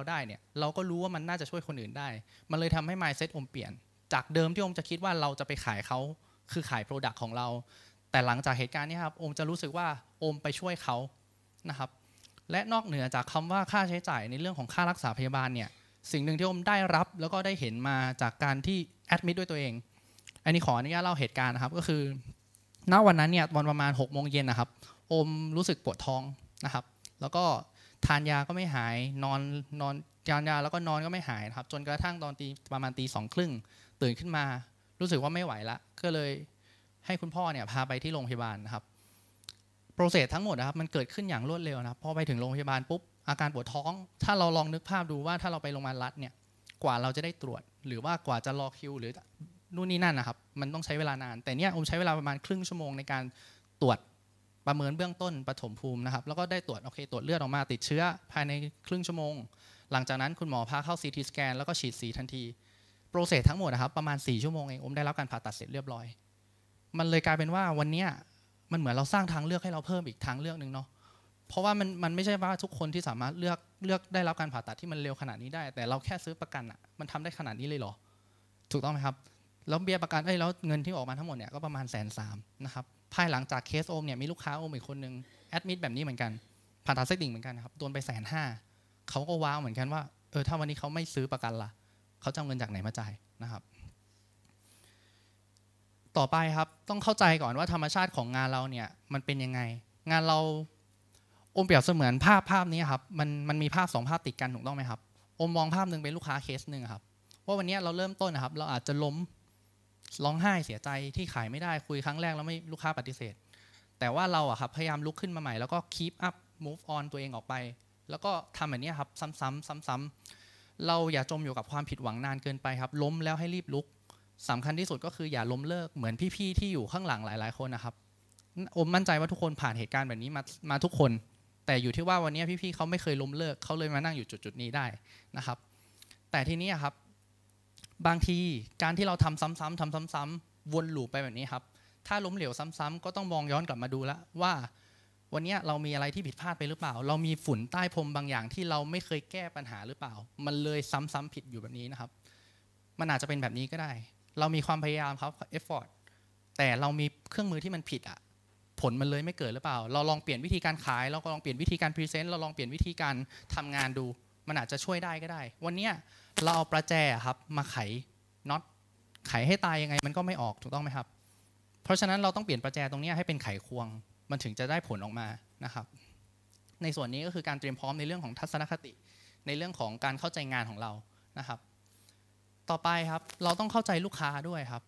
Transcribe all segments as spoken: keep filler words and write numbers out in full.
ได้เนี่ยเราก็รู้ว่ามันน่าจะช่วยคนอื่นได้มันเลยทำให้ mindset อมเปลี่ยนจากเดิมที่อมจะคิดว่าเราจะไปขายเขาคือขาย product ของเราแต่หลังจากเหตุการณ์นี้ครับอมจะรู้สึกว่าอมไปช่วยเขานะครับและนอกเหนือจากคำว่าค่าใช้จ่ายในเรื่องของค่ารักษาพยาบาลเนี่ยสิ่งหนึ่งที่อมได้รับแล้วก็ได้เห็นมาจากการที่แอดมิดด้วยตัวเองอันนี้ขออนุญาตเล่าเหตุการณ์นะครับก็คือณวันนั้นเนี่ยตอนประมาณหกโมงเย็นนะครับอมรู้สึกปวดท้องนะครับแล้วก็ทานยาก็ไม่หายนอนนอนทานยาแล้วก็นอนก็ไม่หายนะครับจนกระทั่งตอนตีประมาณตีสองครึ่งตื่นขึ้นมารู้สึกว่าไม่ไหวละก็เลยให้คุณพ่อเนี่ยพาไปที่โรงพยาบาลนะครับโปรเซสทั้งหมดนะครับมันเกิดขึ้นอย่างรวดเร็วนะครับพอไปถึงโรงพยาบาลปุ๊บอาการปวดท้องถ้าเราลองนึกภาพดูว่าถ้าเราไปโรงพยาบาลรัฐเนี่ยกว่าเราจะได้ตรวจหรือว่ากว่าจะรอคิวหรือนู่นนี่นั่นนะครับมันต้องใช้เวลานานแต่เนี่ยผมใช้เวลาประมาณครึ่งชั่วโมงในการตรวจประเมินเบื้องต้นปฐมภูมินะครับแล้วก็ได้ตรวจโอเคตรวจเลือดออกมาติดเชื้อภายในครึ่งชั่วโมงหลังจากนั้นคุณหมอพาเข้า ซี ที สแกนแล้วก็ฉีดสีทันทีโปรเซสทั้งหมดนะครับประมาณสี่ชั่วโมงเองผมได้รับการผ่าตัดเสร็จเรียบร้อยมันเลยกลายเป็นว่าวันนี้มันเหมือนเราสร้างทางเลือกให้เราเพิ่มอีกทางเลือกนึงเนาะเพราะว่ามันมันไม่ใช่ว่าทุกคนที่สามารถเลือกเลือกได้รับการผ่าตัดที่มันเร็วขนาดนี้ได้แต่เราแค่ซื้อประกันอะมันทำได้ขนาดนี้เลยเหรอถูกต้องไหมครับแล้วเบี้ยประกันเอ้ยแล้วเงินที่ออกมาทั้งหมดเนี่ยก็ประมาณแสนสามนะครับภายหลังจากเคสโอมเนี่ยมีลูกค้าโอมอีกคนนึงแอดมิดแบบนี้เหมือนกันผ่าตัดไส้ติ่งเหมือนกันครับโดนไปแสนห้าเขาก็ว้าวเหมือนกันว่าเออถ้าวันนี้เขาไม่ซื้อประกันล่ะเขาจะเอาเงินจากไหนมาจ่ายนะครับต่อไปครับต้องเข้าใจก่อนว่าธรรมชาติของงานเราเนี่ยมันเป็นยังไงงานเราโอมเปรียบเสมือนภาพภาพนี้ครับมันมันมีภาพสองภาพติดกันถูกต้องไหมครับโอมมองภาพหนึ่งเป็นลูกค้าเคสหนึ่งครับว่าวันนี้เราเริ่มต้นนะครับเราอาจจะล้มร้องไห้เสียใจที่ขายไม่ได้คุยครั้งแรกแล้วไม่ลูกค้าปฏิเสธแต่ว่าเราอะครับพยายามลุกขึ้นมาใหม่แล้วก็ keep up move on ตัวเองออกไปแล้วก็ทำแบบนี้ครับซ้ำๆซ้ำๆเราอย่าจมอยู่กับความผิดหวังนานเกินไปครับล้มแล้วให้รีบลุกสำคัญที่สุดก็คืออย่าล้มเลิกเหมือนพี่ๆที่อยู่ข้างหลังหลายๆคนนะครับอมมั่นใจว่าทุกคนผ่านเหตุการณ์แบบนี้มามาทุกคนแต่อยู่ที่ว่าวันนี้พี่ๆเขาไม่เคยล้มเลิกเขาเลยมานั่งอยู่จุดๆนี้ได้นะครับแต่ทีนี้ครับบางทีการที่เราทำซ้ำๆทำซ้ำๆวนลูปไปแบบนี้ครับถ้าล้มเหลวซ้ำๆก็ต้องมองย้อนกลับมาดูแล้วว่าวันนี้เรามีอะไรที่ผิดพลาดไปหรือเปล่าเรามีฝุ่นใต้พรมบางอย่างที่เราไม่เคยแก้ปัญหาหรือเปล่ามันเลยซ้ำๆผิดอยู่แบบนี้นะครับมันอาจจะเป็นแบบนี้ก็ได้เรามีความพยายามครับ effort แต่เรามีเครื่องมือที่มันผิดอ่ะผลมันเลยไม่เกิดหรือเปล่าเราลองเปลี่ยนวิธีการขายเราก็ลองเปลี่ยนวิธีการพรีเซนต์เราลองเปลี่ยนวิธีการทำงานดูมันอาจจะช่วยได้ก็ได้วันนี้เราเอาประแจครับมาไขน็อตไขให้ตายยังไงมันก็ไม่ออกถูกต้องไหมครับเพราะฉะนั้นเราต้องเปลี่ยนประแจตรงนี้ให้เป็นไขควงมันถึงจะได้ผลออกมานะครับในส่วนนี้ก็คือการเตรียมพร้อมในเรื่องของทัศนคติในเรื่องของการเข้าใจงานของเรานะครับต่อไปครับเราต้องเข้าใจลูกค้าด้วยครับ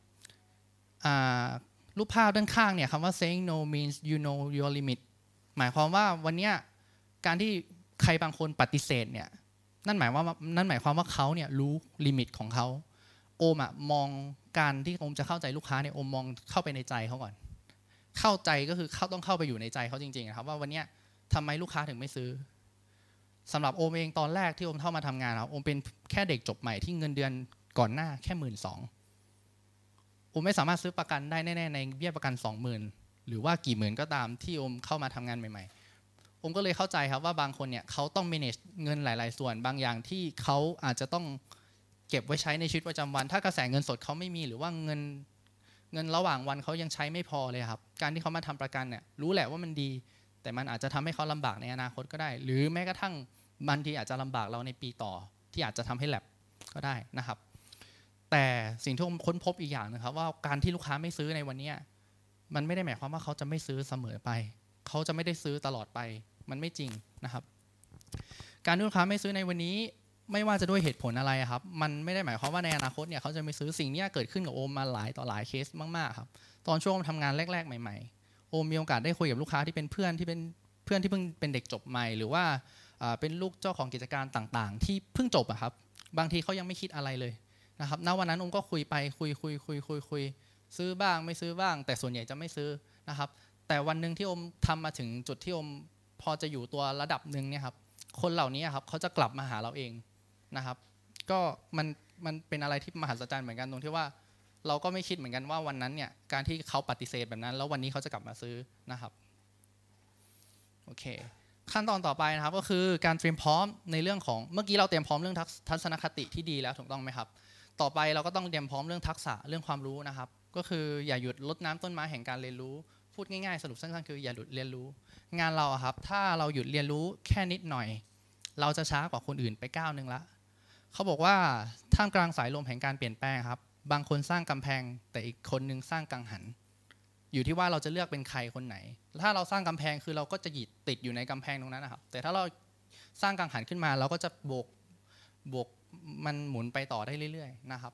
รูปภาพด้านข้างเนี่ยคำว่า saying no means you know your limit หมายความว่าวันนี้การที่ใครบางคนปฏิเสธเนี่ยนั่นหมายว่านั่นหมายความว่าเขาเนี่ยรู้ลิมิตของเขาโอมอะมองการที่โอมจะเข้าใจลูกค้าเนี่ยโอมมองเข้าไปในใจเขาก่อนเข้าใจก็คือเขาต้องเข้าไปอยู่ในใจเขาจริงๆครับว่าวันนี้ทำไมลูกค้าถึงไม่ซื้อสำหรับโอมเองตอนแรกที่โอมเข้ามาทำงานครับโอมเป็นแค่เด็กจบใหม่ที่เงินเดือนก่อนหน้าแค่หมื่นสองโอมไม่สามารถซื้อประกันได้แน่ๆในเบี้ยประกันสองหมื่นหรือว่ากี่หมื่นก็ตามที่โอมเข้ามาทำงานใหม่ๆผมก็เลยเข้าใจครับว่าบางคนเนี่ยเขาต้อง manage เงินหลายๆส่วนบางอย่างที่เขาอาจจะต้องเก็บไว้ใช้ในชีวิตประจำวันถ้ากระแสเงินสดเขาไม่มีหรือว่าเงินเงินระหว่างวันเขายังใช้ไม่พอเลยครับการที่เขามาทำประกันเนี่ยรู้แหละว่ามันดีแต่มันอาจจะทำให้เขาลำบากในอนาคตก็ได้หรือแม้กระทั่งบางทีอาจจะลำบากเราในปีต่อที่อาจจะทำให้แลบก็ได้นะครับแต่สิ่งที่ผมค้นพบอีกอย่างนะครับว่าการที่ลูกค้าไม่ซื้อในวันนี้มันไม่ได้หมายความว่าเขาจะไม่ซื้อเสมอไปเขาจะไม่ได้ซื้อตลอดไปมันไม่จริงนะครับการที่ลูกค้าไม่ซื้อในวันนี้ไม่ว่าจะด้วยเหตุผลอะไรครับมันไม่ได้หมายความว่าในอนาคตเนี่ยเขาจะไม่ซื้อสิ่งนี้เกิดขึ้นกับโอมมาหลายต่อหลายเคสมากๆครับตอนช่วงทำงานแรกๆใหม่ๆโอมมีโอกาสได้คุยกับลูกค้าที่เป็นเพื่อนที่เป็นเพื่อนที่เพิ่งเป็นเด็กจบใหม่หรือว่าเป็นลูกเจ้าของกิจการต่างๆที่เพิ่งจบอะครับบางทีเขายังไม่คิดอะไรเลยนะครับณวันนั้นโอมก็คุยไปคุยคุยคุยคุยคุยซื้อบ้างไม่ซื้อบ้างแต่ส่วนใหญ่จะไม่ซื้อนะครับแต่วันนึงที่โอมทำมาถึงจุดที่โอมพอจะอยู่ตัวระดับนึงเนี่ยครับคนเหล่านี้ครับเขาจะกลับมาหาเราเองนะครับก็มันมันเป็นอะไรที่มหัศจรรย์เหมือนกันตรงที่ว่าเราก็ไม่คิดเหมือนกันว่าวันนั้นเนี่ยการที่เขาปฏิเสธแบบนั้นแล้ววันนี้เขาจะกลับมาซื้อนะครับโอเคขั้นตอนต่อไปนะครับก็คือการเตรียมพร้อมในเรื่องของเมื่อกี้เราเตรียมพร้อมเรื่องทัศนคติที่ดีแล้วถูกต้องไหมครับต่อไปเราก็ต้องเตรียมพร้อมเรื่องทักษะเรื่องความรู้นะครับก็คืออย่าหยุดรดน้ำต้นไม้แห่งการเรียนรู้พูดง่ายๆสรุปสั้นๆคืออย่าหยุดเรียนรู้งานเราครับถ้าเราหยุดเรียนรู้แค่นิดหน่อยเราจะช้ากว่าคนอื่นไปก้าวนึงละเขาบอกว่าท่ามกลางสายลมแห่งการเปลี่ยนแปลงครับบางคนสร้างกำแพงแต่อีกคนนึงสร้างกังหันอยู่ที่ว่าเราจะเลือกเป็นใครคนไหนถ้าเราสร้างกำแพงคือเราก็จะหยิดติดอยู่ในกำแพงตรงนั้นนะครับแต่ถ้าเราสร้างกังหันขึ้นมาเราก็จะโบกโบกมันหมุนไปต่อได้เรื่อยๆนะครับ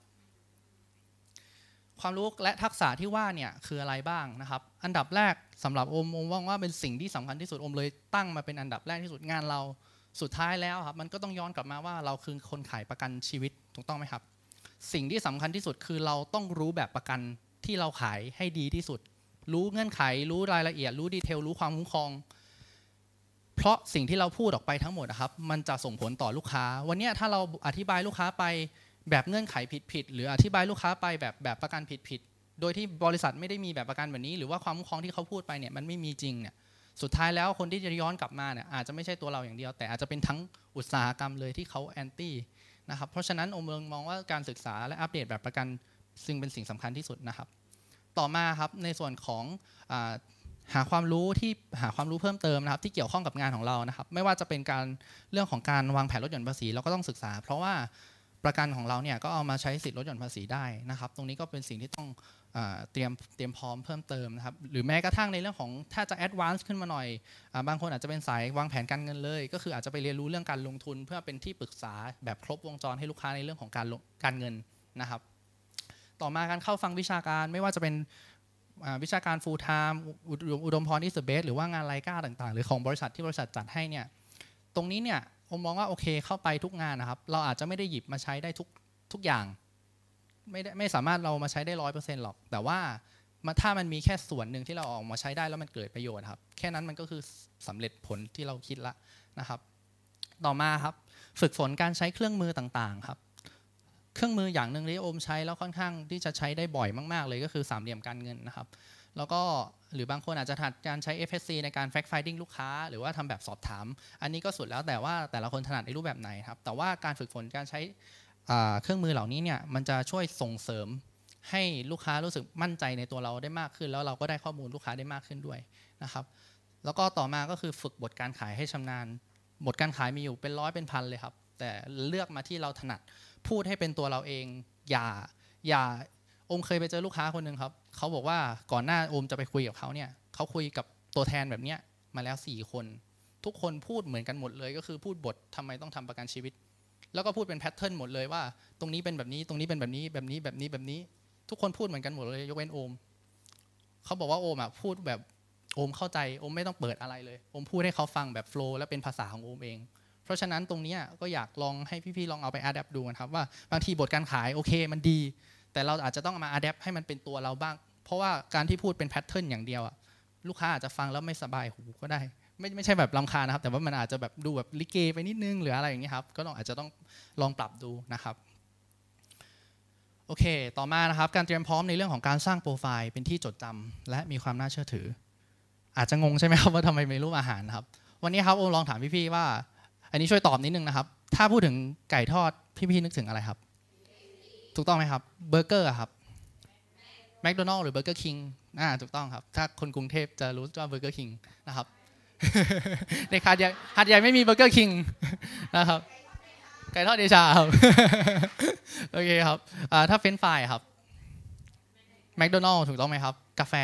ความรู้และทักษะที่ว่าเนี่ยคืออะไรบ้างนะครับอันดับแรกสำหรับโอมโอมว่าว่าเป็นสิ่งที่สำคัญที่สุดโอมเลยตั้งมาเป็นอันดับแรกที่สุดงานเราสุดท้ายแล้วครับมันก็ต้องย้อนกลับมาว่าเราคือคนขายประกันชีวิตถูกต้องไหมครับสิ่งที่สำคัญที่สุดคือเราต้องรู้แบบประกันที่เราขายให้ดีที่สุดรู้เงื่อนไขรู้รายละเอียดรู้ดีเทลรู้ความคุ้มครองเพราะสิ่งที่เราพูดออกไปทั้งหมดนะครับมันจะส่งผลต่อลูกค้าวันนี้ถ้าเราอธิบายลูกค้าไปแบบเงื่อนไขผิดๆหรืออธิบายลูกค้าไปแบบแบบประกันผิดๆโดยที่บริษัทไม่ได้มีแบบประกันแบบนี้หรือว่าความคุ้มครองที่เขาพูดไปเนี่ยมันไม่มีจริงเนี่ยสุดท้ายแล้วคนที่จะย้อนกลับมาเนี่ยอาจจะไม่ใช่ตัวเราอย่างเดียวแต่อาจจะเป็นทั้งอุตสาหกรรมเลยที่เขาแอนตี้นะครับเพราะฉะนั้นโอมมองว่าการศึกษาและอัปเดตแบบประกันซึ่งเป็นสิ่งสำคัญที่สุดนะครับต่อมาครับในส่วนของหาความรู้ที่หาความรู้เพิ่มเติมนะครับที่เกี่ยวข้องกับงานของเรานะครับไม่ว่าจะเป็นการเรื่องของการวางแผนลดหย่อนภาษีเราก็ต้องศึกษาเพราะว่าประกันของเราเนี่ยก็เอามาใช้สิทธิลดหย่อนภาษีได้นะครับตรงนี้ก็เป็นสิ่งที่ต้องเตรียมเตรียมพร้อมเพิ่มเติมนะครับหรือแม้กระทั่งในเรื่องของถ้าจะแอดวานซ์ขึ้นมาหน่อยบางคนอาจจะเป็นสายวางแผนการเงินเลยก็คืออาจจะไปเรียนรู้เรื่องการลงทุนเพื่อเป็นที่ปรึกษาแบบครบวงจรให้ลูกค้าในเรื่องของการการเงินนะครับต่อมาการเข้าฟังวิชาการไม่ว่าจะเป็นวิชาการ full time อุดมพร is the best หรือว่างานไลก้าต่างๆหรือของบริษัทที่บริษัทจัดให้เนี่ยตรงนี้เนี่ยผมมองว่าโอเคเข้าไปทุกงานนะครับเราอาจจะไม่ได้หยิบมาใช้ได้ทุกทุกอย่างไม่ได้ไม่สามารถเรามาใช้ได้ร้อยเปอร์เซ็นต์หรอกแต่ว่าถ้ามันมีแค่ส่วนหนึ่งที่เราออกมาใช้ได้แล้วมันเกิดประโยชน์ครับแค่นั้นมันก็คือสำเร็จผลที่เราคิดละนะครับต่อมาครับฝึกฝนการใช้เครื่องมือต่างๆครับเครื่องมืออย่างหนึ่งที่โอมใช้แล้วค่อนข้างที่จะใช้ได้บ่อยมากๆเลยก็คือสามเหลี่ยมการเงินนะครับแล้วก็หรือบางคนอาจจะถนัดการใช้ เอฟ เอส ซี ในการ fact finding ลูกค้าหรือว่าทำแบบสอบถามอันนี้ก็สุดแล้วแต่ว่าแต่ละคนถนัดในรูปแบบไหนครับแต่ว่าการฝึกฝนการใช้เครื่องมือเหล่านี้เนี่ยมันจะช่วยส่งเสริมให้ลูกค้ารู้สึกมั่นใจในตัวเราได้มากขึ้นแล้วเราก็ได้ข้อมูลลูกค้าได้มากขึ้นด้วยนะครับแล้วก็ต่อมาก็คือฝึกบทการขายให้ชำนาญบทการขายมีอยู่เป็นร้อยเป็นพันเลยครับแต่เลือกมาที่เราถนัดพูดให้เป็นตัวเราเองอย่าอย่าโอมเคยไปเจอลูกค้าคนหนึ่งครับเขาบอกว่าก่อนหน้าโอมจะไปคุยกับเขาเนี่ยเขาคุยกับตัวแทนแบบนี้มาแล้วสี่คนทุกคนพูดเหมือนกันหมดเลยก็คือพูดบททำไมต้องทำประกันชีวิตแล้วก็พูดเป็นแพทเทิร์นหมดเลยว่าตรงนี้เป็นแบบนี้ตรงนี้เป็นแบบนี้แบบนี้แบบนี้แบบนี้ทุกคนพูดเหมือนกันหมดเลยยกเว้นโอมเขาบอกว่าโอมอ่ะพูดแบบโอมเข้าใจโอมไม่ต้องเปิดอะไรเลยโอมพูดให้เขาฟังแบบโฟล์และเป็นภาษาของโอมเองเพราะฉะนั้นตรงนี้ก็อยากลองให้พี่ๆลองเอาไปอัดแอปดูกันครับว่าบางทีบทการขายโอเคมันดีแต่เราอาจจะต้องมาอัดแอปให้มันเป็นตัวเราบ้างเพราะว่าการที่พูดเป็นแพทเทิร์นอย่างเดียวอะลูกค้าอาจจะฟังแล้วไม่สบายหูก็ได้ไม่ไม่ใช่แบบรำคาญนะครับแต่ว่ามันอาจจะแบบดูแบบลิเกไปนิดนึงหรืออะไรอย่างนี้ครับก็ต้องอาจจะต้องลองปรับดูนะครับโอเคต่อมานะครับการเตรียมพร้อมในเรื่องของการสร้างโปรไฟล์เป็นที่จดจำและมีความน่าเชื่อถืออาจจะงงใช่ไหมครับว่าทำไมไม่รูปอาหารครับวันนี้ครับโอลองถามพี่ๆว่าอันนี้ช่วยตอบนิดนึงนะครับถ้าพูดถึงไก่ทอดพี่ๆนึกถึงอะไรครับถูกต้องไหมครับเบอร์เกอร์ครับแมคโดนัลด์หรือเบอร์เกอร์คิงอ่าถูกต้องครับถ้าคนกรุงเทพจะรู้ว่าเบอร์เกอร์คิงนะครับในหาดใหญ่หาดใหญ่ไม่มีเบอร์เกอร์คิงนะครับไก่ทอดเดชาครับโอเคครับถ้าเฟรนช์ฟรายครับแมคโดนัลด์ถูกต้องไหมครับกาแฟ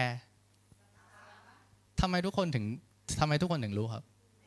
ทำไมทุกคนถึงทำไมทุกคนถึงรู้ครับ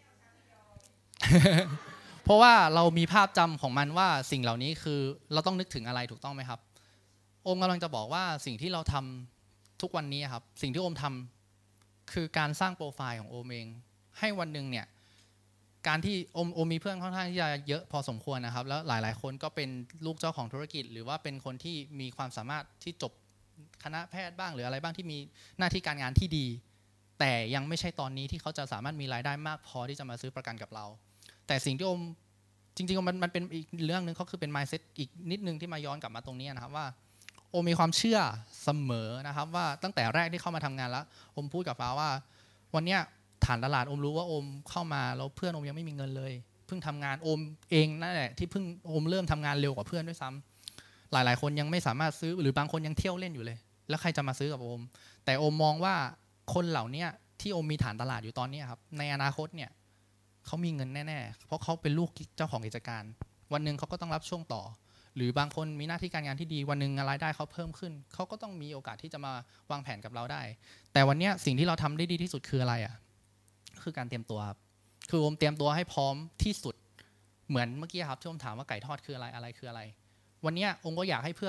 เพราะว่าเรามีภาพจำของมันว่าสิ่งเหล่านี้คือเราต้องนึกถึงอะไรถูกต้องไหมครับโอมกำลังจะบอกว่าสิ่งที่เราทำทุกวันนี้ครับสิ่งที่โอมทำคือการสร้างโปรไฟล์ของโอมเองให้วันหนึ่งเนี่ยการที่โอมโอมมีเพื่อนค่อนข้างที่จะเยอะพอสมควรนะครับแล้วหลายๆคนก็เป็นลูกเจ้าของธุรกิจหรือว่าเป็นคนที่มีความสามารถที่จบคณะแพทย์บ้างหรืออะไรบ้างที่มีหน้าที่การงานที่ดีแต่ยังไม่ใช่ตอนนี้ที่เขาจะสามารถมีรายได้มากพอที่จะมาซื้อประกันกับเราแต่สิ่งที่โอมจริงๆมันมันเป็นอีกเรื่องนึงเขาคือเป็น mindset อีกนิดนึงที่มาย้อนกลับมาตรงนี้นะครับว่าโอมมีความเชื่อเสมอนะครับว่าตั้งแต่แรกที่เข้ามาทำงานแล้วโอมพูดกับฟ้าว่าวันนี้ฐานตลาดโอมรู้ว่าโอมเข้ามาแล้วเพื่อนโอมยังไม่มีเงินเลยเพิ่งทำงานโอมเองนั่นแหละที่เพิ่งโอมเริ่มทำงานเร็วกว่าเพื่อนด้วยซ้ำหลายๆคนยังไม่สามารถซื้อหรือบางคนยังเที่ยวเล่นอยู่เลยแล้วใครจะมาซื้อกับโอมแต่โอมมองว่าคนเหล่านี้ที่โอมมีฐานตลาดอยู่ตอนนี้ครับในอนาคตเนี่ยเขามีเงินแน่ๆเพราะเขาเป็นลูกเจ้าของกิจการวันหนึ่งเขาก็ต้องรับช่วงต่อหรือบางคนมีหน้าที่การงานที่ดีวันหนึ่งรายได้เขาเพิ่มขึ้นเขาก็ต้องมีโอกาสที่จะมาวางแผนกับเราได้แต่วันนี้สิ่งที่เราทำได้ดีที่สุดคืออะไรอ่ะคือการเตรียมตัวครับคือโอมเตรียมตัวให้พร้อมที่สุดเหมือนเมื่อกี้ครับที่โอมถามว่าไก่ทอดคืออะไรอะไรคืออะไรวันนี้โอมก็อยากให้เพื่อน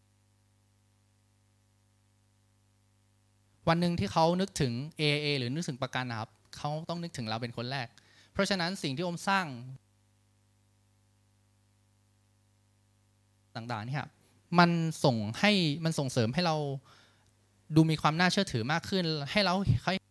วันหนึ่งที่เขานึกถึง เอ เอ หรือนึกถึงประกันนะครับเขาต้องนึกถึงเราเป็นคนแรกเพราะฉะนั้นสิ่งที่โอมสร้างต่างๆนี่ครับมันส่งให้มันส่งเสริมให้เราดูมีความน่าเชื่อถือมากขึ้นให้เรา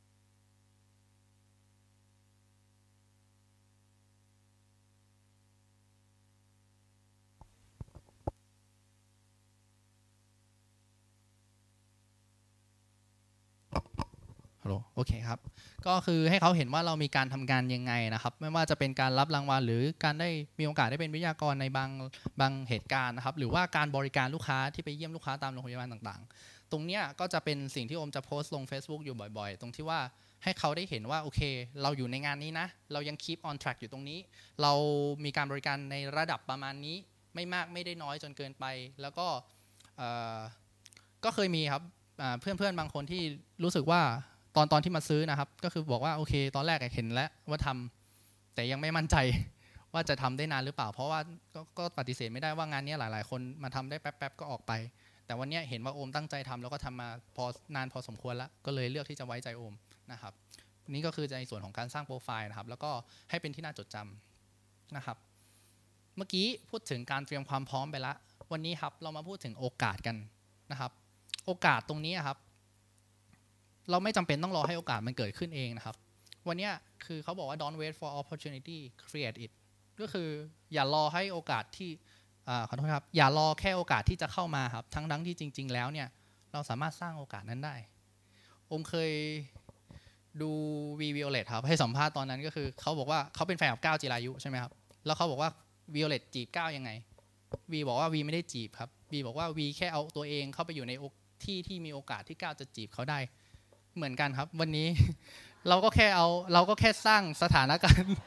โอเคครับก็คือให้เขาเห็นว่าเรามีการทำงานยังไงนะครับไม่ว่าจะเป็นการรับรางวัลหรือการได้มีโอกาสได้เป็นวิทยากรในบางบางเหตุการณ์นะครับหรือว่าการบริการลูกค้าที่ไปเยี่ยมลูกค้าตามโรงพยาบาลต่างๆตรงนี้ก็จะเป็นสิ่งที่โอมจะโพสต์ลง Facebook อยู่บ่อยๆตรงที่ว่าให้เขาได้เห็นว่าโอเคเราอยู่ในงานนี้นะเรายัง keep on track อยู่ตรงนี้เรามีการบริการในระดับประมาณนี้ไม่มากไม่ได้น้อยจนเกินไปแล้วก็ก็เคยมีครับเพื่อนๆบางคนที่รู้สึกว่าตอนตอนที่มาซื้อนะครับก็คือบอกว่าโอเคตอนแรกเห็นแล้วว่าทำแต่ยังไม่มั่นใจว่าจะทำได้นานหรือเปล่าเพราะว่า ก, ก็ปฏิเสธไม่ได้ว่างานนี้หลายๆคนมาทำได้แป๊บๆก็ออกไปแต่วันนี้เห็นว่าโอมตั้งใจทำแล้วก็ทำมาพอนานพอสมควรแล้วก็เลยเลือกที่จะไว้ใจโอมนะครับนี่ก็คือในส่วนของการสร้างโปรไฟล์นะครับแล้วก็ให้เป็นที่น่าจดจำนะครับเมื่อกี้พูดถึงการเตรียมความพร้อมไปแล้ววันนี้ครับเรามาพูดถึงโอกาสกันนะครับโอกาสตรงนี้ครับเราไม่จำเป็นต้องรอให้โอกาสมันเกิดขึ้นเองนะครับวันนี้คือเขาบอกว่า don't wait for opportunity create it ก็คืออย่ารอให้โอกาสที่ขอโทษครับอย่ารอแค่โอกาสที่จะเข้ามาครับทั้งทั้งที่จริงๆแล้วเนี่ยเราสามารถสร้างโอกาสนั้นได้ผมเคยดูวีวิโอเลตครับให้สัมภาษณ์ตอนนั้นก็คือเขาบอกว่าเขาเป็นแฟนกับก้าวจิรายุใช่ไหมครับแล้วเขาบอกว่าวิโอเลตจีบก้าวยังไงวีบอกว่าวีไม่ได้จีบครับวีบอกว่าวีแค่เอาตัวเองเข้าไปอยู่ในที่ที่มีโอกาสที่ก้าวจะจีบเขาได้เหมือนกันครับวันนี้เราก็แค่เอาเราก็แค่สร้างสถานการณ์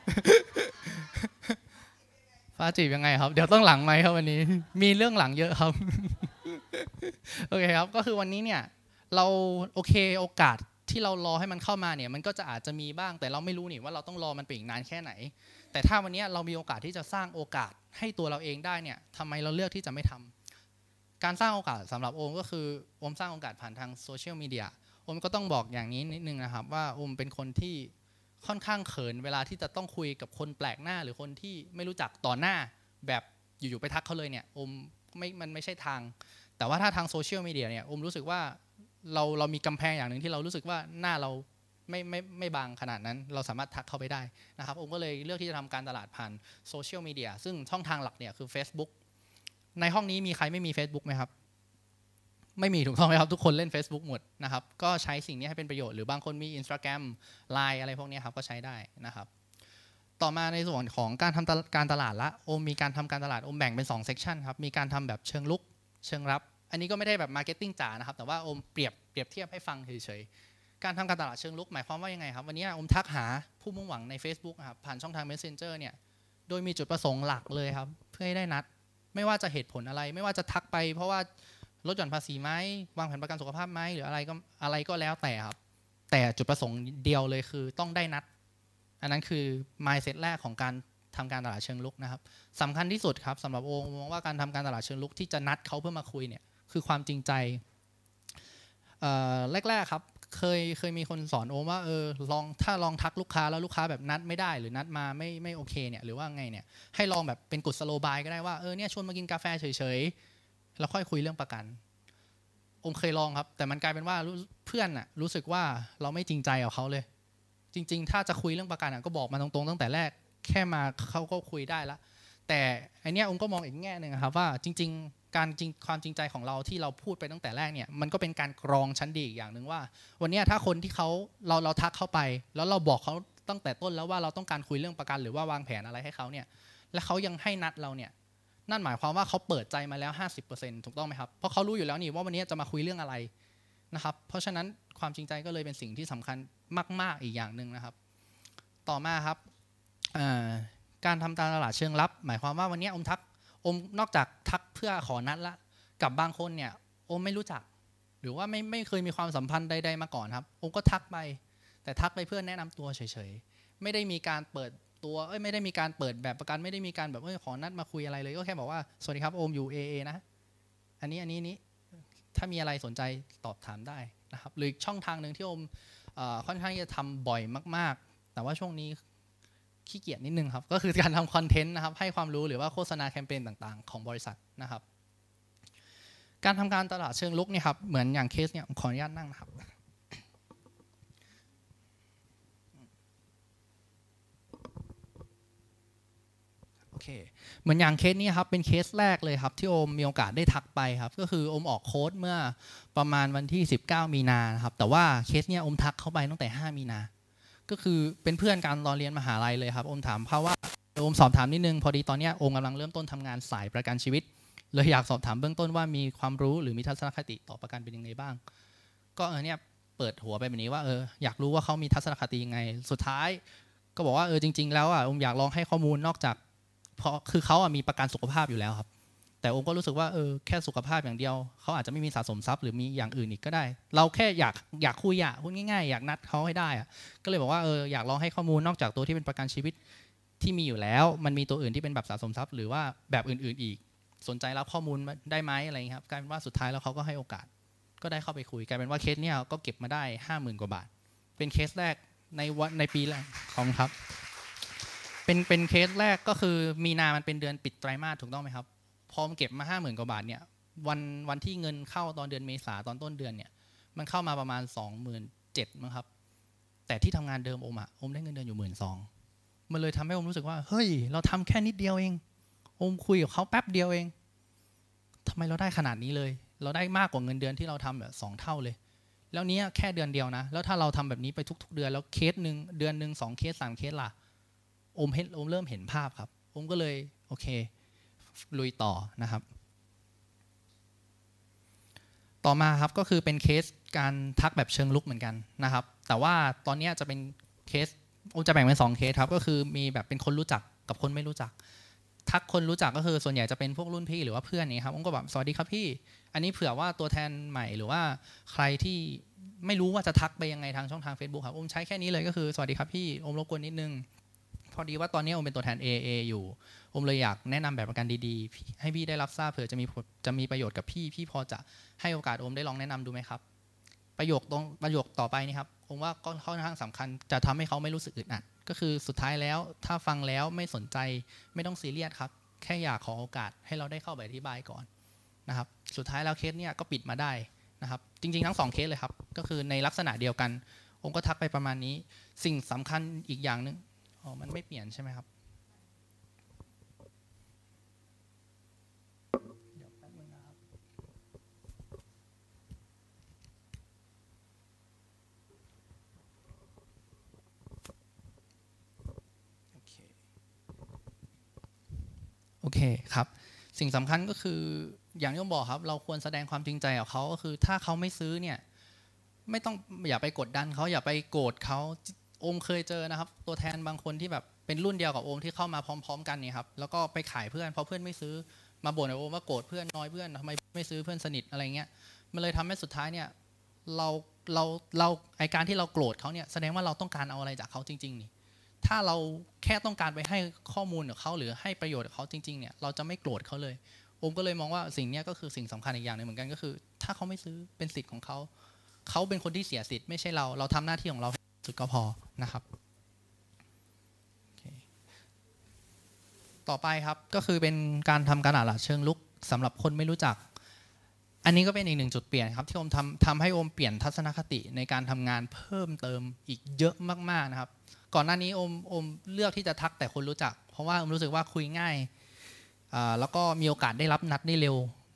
ฟ้าจีบยังไงครับเดี๋ยวต้องหลังไหมครับวันนี้มีเรื่องหลังเยอะครับโอเคครับก็คือวันนี้เนี่ยเราโอเคโอกาสที่เรารอให้มันเข้ามาเนี่ยมันก็จะอาจจะมีบ้างแต่เราไม่รู้นี่ว่าเราต้องรอมันไปอีกนานแค่ไหนแต่ถ้าวันนี้เรามีโอกาสที่จะสร้างโอกาสให้ตัวเราเองได้เนี่ยทำไมเราเลือกที่จะไม่ทำการสร้างโอกาสสำหรับโอมก็คือโอมสร้างโอกาสผ่านทางโซเชียลมีเดียโอมก็ต้องบอกอย่างนี้นิดนึงนะครับว่าโอมเป็นคนที่ค่อนข้างเขินเวลาที่จะต้องคุยกับคนแปลกหน้าหรือคนที่ไม่รู้จักต่อหน้าแบบอยู่ๆไปทักเขาเลยเนี่ยโอมไม่มันไม่ใช่ทางแต่ว่าถ้าทางโซเชียลมีเดียเนี่ยโอมรู้สึกว่าเราเรามีกำแพงอย่างหนึ่งที่เรารู้สึกว่าหน้าเราไม่ไม่ไม่บางขนาดนั้นเราสามารถทักเข้าไปได้นะครับโอมก็เลยเลือกที่จะทำการตลาดผ่านโซเชียลมีเดียซึ่งช่องทางหลักเนี่ยคือ Facebook ในห้องนี้มีใครไม่มี Facebook ไหมครับไม่มีถูกต้องไหมครับทุกคนเล่น Facebook หมดนะครับก็ใช้สิ่งนี้ให้เป็นประโยชน์หรือบางคนมี Instagram ไลน์ อะไรพวกนี้ครับก็ใช้ได้นะครับต่อมาในส่วนของการทำการตลาดละโอมมีการทำการตลาดโอมแบ่งเป็นสองเซกชันครับมีการทำแบบเชิงลุกเชิงรับอันนี้ก็ไม่ได้แบบมาร์เก็ตติ้งจ๋านะครับแต่ว่าโอมเปรียบเปรียบเทียบให้ฟังเฉยๆการทำการตลาดเชิงลุกหมายความว่ายังไงครับวันนี้โอมทักหาผู้มุ่งหวังใน Facebook ครับผ่านช่องทาง Messenger เนี่ยโดยมีจุดประสงค์หลักเลยครับเพื่อให้ได้นัดไม่ว่าจะเหตุผลอะไรไม่ว่าจะทักไปเพราะว่าลดหย่อนภาษีไหมวางแผนประกันสุขภาพไหมหรืออะไรก็อะไรก็แล้วแต่ครับแต่จุดประสงค์เดียวเลยคือต้องได้นัดอันนั้นคือ mindset แรกของการทำการตลาดเชิงลุกนะครับสำคัญที่สุดครับสำหรับโอมองว่าการทำการตลาดเชิงลุกที่จะนัดเขาเพื่อมาคุยเนี่ยคือความจริงใจแรกๆครับเคยเคยมีคนสอนโอมว่าเออลองถ้าลองทักลูกค้าแล้วลูกค้าแบบนัดไม่ได้หรือนัดมาไม่ไม่โอเคเนี่ยหรือว่าไงเนี่ยให้ลองแบบเป็นกุศโลบายก็ได้ว่าเออเนี่ยชวนมากินกาแฟเฉยๆแล้วค่อยคุยเรื่องประกันโอมเคยลองครับแต่มันกลายเป็นว่าเพื่อนน่ะรู้สึกว่าเราไม่จริงใจกับเขาเลยจริงๆถ้าจะคุยเรื่องประกันก็บอกมาตรงๆตั้งแต่แรกแค่มาเขาก็คุยได้ละแต่อันเนี้ยโอมก็มองอีกแง่นึงครับว่าจริงๆการจริงความจริงใจของเราที่เราพูดไปตั้งแต่แรกเนี่ยมันก็เป็นการกรองชั้นดีอีกอย่างหนึ่งว่าวันนี้ถ้าคนที่เขาเราเราทักเข้าไปแล้วเราบอกเขาตั้งแต่ต้นแล้วว่าเราต้องการคุยเรื่องประกันหรือว่าวางแผนอะไรให้เขาเนี่ยและเขายังให้นัดเราเนี่ยนั่นหมายความว่าเขาเปิดใจมาแล้ว ห้าสิบเปอร์เซ็นต์ ถูกต้องไหมครับเพราะเขารู้อยู่แล้วนี่ว่าวันนี้จะมาคุยเรื่องอะไรนะครับเพราะฉะนั้นความจริงใจก็เลยเป็นสิ่งที่สำคัญมากๆอีกอย่างหนึ่งนะครับต่อมาครับการทำการตลาดเชิงลับหมายความว่าวันนี้อมทักอมนอกจากทักเพื่อขอนัดละกับบางคนเนี่ยอมไม่รู้จักหรือว่าไม่ไม่เคยมีความสัมพันธ์ใดๆมาก่อนครับอมก็ทักไปแต่ทักไปเพื่อแนะนำตัวเฉยๆไม่ได้มีการเปิดตัวเอ้ยไม่ได้มีการเปิดแบบประกันไม่ได้มีการแบบเอ้ยขอนัดมาคุยอะไรเลยก็แค่บอกว่าสวัสดีครับโอมอยู่ เอ เอ นะอันนี้อันนี้นี้ถ้ามีอะไรสนใจตอบถามได้นะครับหรือช่องทางหนึ่งที่โอมค่อนข้างจะทำบ่อยมากๆแต่ว่าช่วงนี้ขี้เกียจนิดนึงครับก็คือการทำคอนเทนต์นะครับให้ความรู้หรือว่าโฆษณาแคมเปญต่างๆของบริษัทนะครับการทำการตลาดเชิงลุกเนี่ยครับเหมือนอย่างเคสเนี่ยขออนุญาตนั่งนะครับโอเคเหมือนอย่างเคสนี้ครับเป็นเคสแรกเลยครับที่โอมมีโอกาสได้ทักไปครับก็คือโอมออกโค้ดเมื่อประมาณวันที่สิบเก้ามีนาครับแต่ว่าเคสเนี้ยโอมทักเข้าไปตั้งแต่ห้ามีนาก็คือเป็นเพื่อนกันตอนเรียนมหาลัยเลยครับโอมถามเพราะว่าโอมสอบถามนิดนึงพอดีตอนนี้โอมกำลังเริ่มต้นทำงานสายประกันชีวิตเลยอยากสอบถามเบื้องต้นว่ามีความรู้หรือมีทัศนคติต่อประกันเป็นยังไงบ้างก็เออเนี่ยเปิดหัวไปแบบนี้ว่าเอออยากรู้ว่าเขามีทัศนคติยังไงสุดท้ายก็บอกว่าเออจริงๆแล้วอ่ะโอมอยากลองให้ข้อมูลนอกจากเพราะคือเขาอ่ะมีประกันสุขภาพอยู่แล้วครับแต่โอมก็รู้สึกว่าเออแค่สุขภาพอย่างเดียวเขาอาจจะไม่มีสะสมทรัพย์หรือมีอย่างอื่นอีกก็ได้เราแค่อยากอยากคุยอ่ะพูดง่ายๆอยากนัดเขาให้ได้อ่ะก็เลยบอกว่าเอออยากลองให้ข้อมูลนอกจากตัวที่เป็นประกันชีวิตที่มีอยู่แล้วมันมีตัวอื่นที่เป็นแบบสะสมทรัพย์หรือว่าแบบอื่นๆอีกสนใจรับข้อมูลได้ไหมอะไรอย่างนี้ครับกลายเป็นว่าสุดท้ายแล้วเขาก็ให้โอกาสก็ได้เข้าไปคุยกลายเป็นว่าเคสเนี่ยก็เก็บมาได้ห้าหมื่นกว่าบาทเป็นเคสแรกในวันในปีแรกของครับเป็นเป็นเคสแรกก็คือมีนามันเป็นเดือนปิดไตรมาสถูกต้องไหมครับพอเก็บมาห้าหมื่นกว่าบาทเนี่ยวันวันที่เงินเข้าตอนเดือนเมษาตอนต้นเดือนเนี่ยมันเข้ามาประมาณสองหมื่นเจ็ดมั้งครับแต่ที่ทำงานเดิมโอมอะโอมได้เงินเดือนอยู่หมื่นสองมันเลยทำให้โอมรู้สึกว่าเฮ้ยเราทำแค่นิดเดียวเองโอมคุยกับเขาแป๊บเดียวเองทำไมเราได้ขนาดนี้เลยเราได้มากกว่าเงินเดือนที่เราทำแบบสองเท่าเลยแล้วนี้แค่เดือนเดียวนะแล้วถ้าเราทำแบบนี้ไปทุกๆเดือนแล้วเคสหนึ่งเดือนหนึ่งสองเคสสามเคสล่ะโอมเห็นโอมเริ่มเห็นภาพครับโอมก็เลยโอเคลุยต่อนะครับต่อมาครับก็คือเป็นเคสการทักแบบเชิงลุกเหมือนกันนะครับแต่ว่าตอนนี้จะเป็นเคสโอมจะแบ่งเป็นสองเคสครับก็คือมีแบบเป็นคนรู้จักกับคนไม่รู้จักทักคนรู้จักก็คือส่วนใหญ่จะเป็นพวกรุ่นพี่หรือว่าเพื่อนนี่ครับผมก็แบบสวัสดีครับพี่อันนี้เผื่อว่าตัวแทนใหม่หรือว่าใครที่ไม่รู้ว่าจะทักไปยังไงทางช่องทาง Facebook ครับผมใช้แค่นี้เลยก็คือสวัสดีครับพี่อมรบกวนนิดนึงพอดีว่าตอนนี้อมเป็นตัวแทน เอ เอ อยู่อมเลยอยากแนะนำแบบประกันดีๆให้พี่ได้รับทราบเผื่อจะมีจะมีประโยชน์กับพี่พี่พอจะให้โอกาสอมได้ลองแนะนำดูไหมครับประโยคตรงประโยคต่อไปนี่ครับผมว่าก็ค่อนข้างสำคัญจะทำให้เขาไม่รู้สึกอึดอัดก็คือสุดท้ายแล้วถ้าฟังแล้วไม่สนใจไม่ต้องซีเรียสครับแค่อยากขอโอกาสให้เราได้เข้าไปอธิบายก่อนนะครับสุดท้ายแล้วเคสเนี่ยก็ปิดมาได้นะครับจริงๆทั้งสองเคสเลยครับก็คือในลักษณะเดียวกันผมก็ทักไปประมาณนี้สิ่งสำคัญอีกอย่างนึงอ๋อมันไม่เปลี่ยนใช่ไหมครับเดี๋ยวแป๊บนึงนะครับโอเคโอเคครับสิ่งสำคัญก็คืออย่างที่ผมบอกครับเราควรแสดงความจริงใจกับเขาก็คือถ้าเขาไม่ซื้อเนี่ยไม่ต้องอย่าไปกดดันเขาอย่าไปโกรธเขาโอมเคยเจอนะครับตัวแทนบางคนที่แบบเป็นรุ่นเดียวกับโอมที่เข้ามาพร้อมๆกันนี่ครับแล้วก็ไปขายเพื่อนเพราะเพื่อนไม่ซื้อมาบ่นกับโอมว่าโกรธเพื่อนน้อยเพื่อนทำไมไม่ซื้อเพื่อนสนิทอะไรเงี้ยมันเลยทำให้สุดท้ายเนี่ยเราเราเราไอการที่เราโกรธเขาเนี่ยแสดงว่าเราต้องการเอาอะไรจากเขาจริงๆนี่ถ้าเราแค่ต้องการไปให้ข้อมูลกับเขาหรือให้ประโยชน์กับเขาจริงๆเนี่ยเราจะไม่โกรธเขาเลยโอมก็เลยมองว่าสิ่งนี้ก็คือสิ่งสำคัญอีกอย่างหนึ่งเหมือนกันก็คือถ้าเขาไม่ซื้อเป็นสิทธิ์ของเขาเขาเป็นคนที่เสียสิทธิ์ไม่ใช่เราเราทำหน้าที่ของเราสุดก็พอนะครับต่อไปครับก็คือเป็นการทำการตลาดเชิงลุกสำหรับคนไม่รู้จักอันนี้ก็เป็นอีกหนึ่งจุดเปลี่ยนครับที่โอมทำทำให้โอมเปลี่ยนทัศนคติในการทำงานเพิ่มเติมอีกเยอะมากๆนะครับก่อนหน้านี้โอมโอมเลือกที่จะทักแต่คนรู้จักเพราะว่าโอมรู้สึกว่าคุยง่ายแล้วก็มีโอกาสได้รับนัดได้เร็ว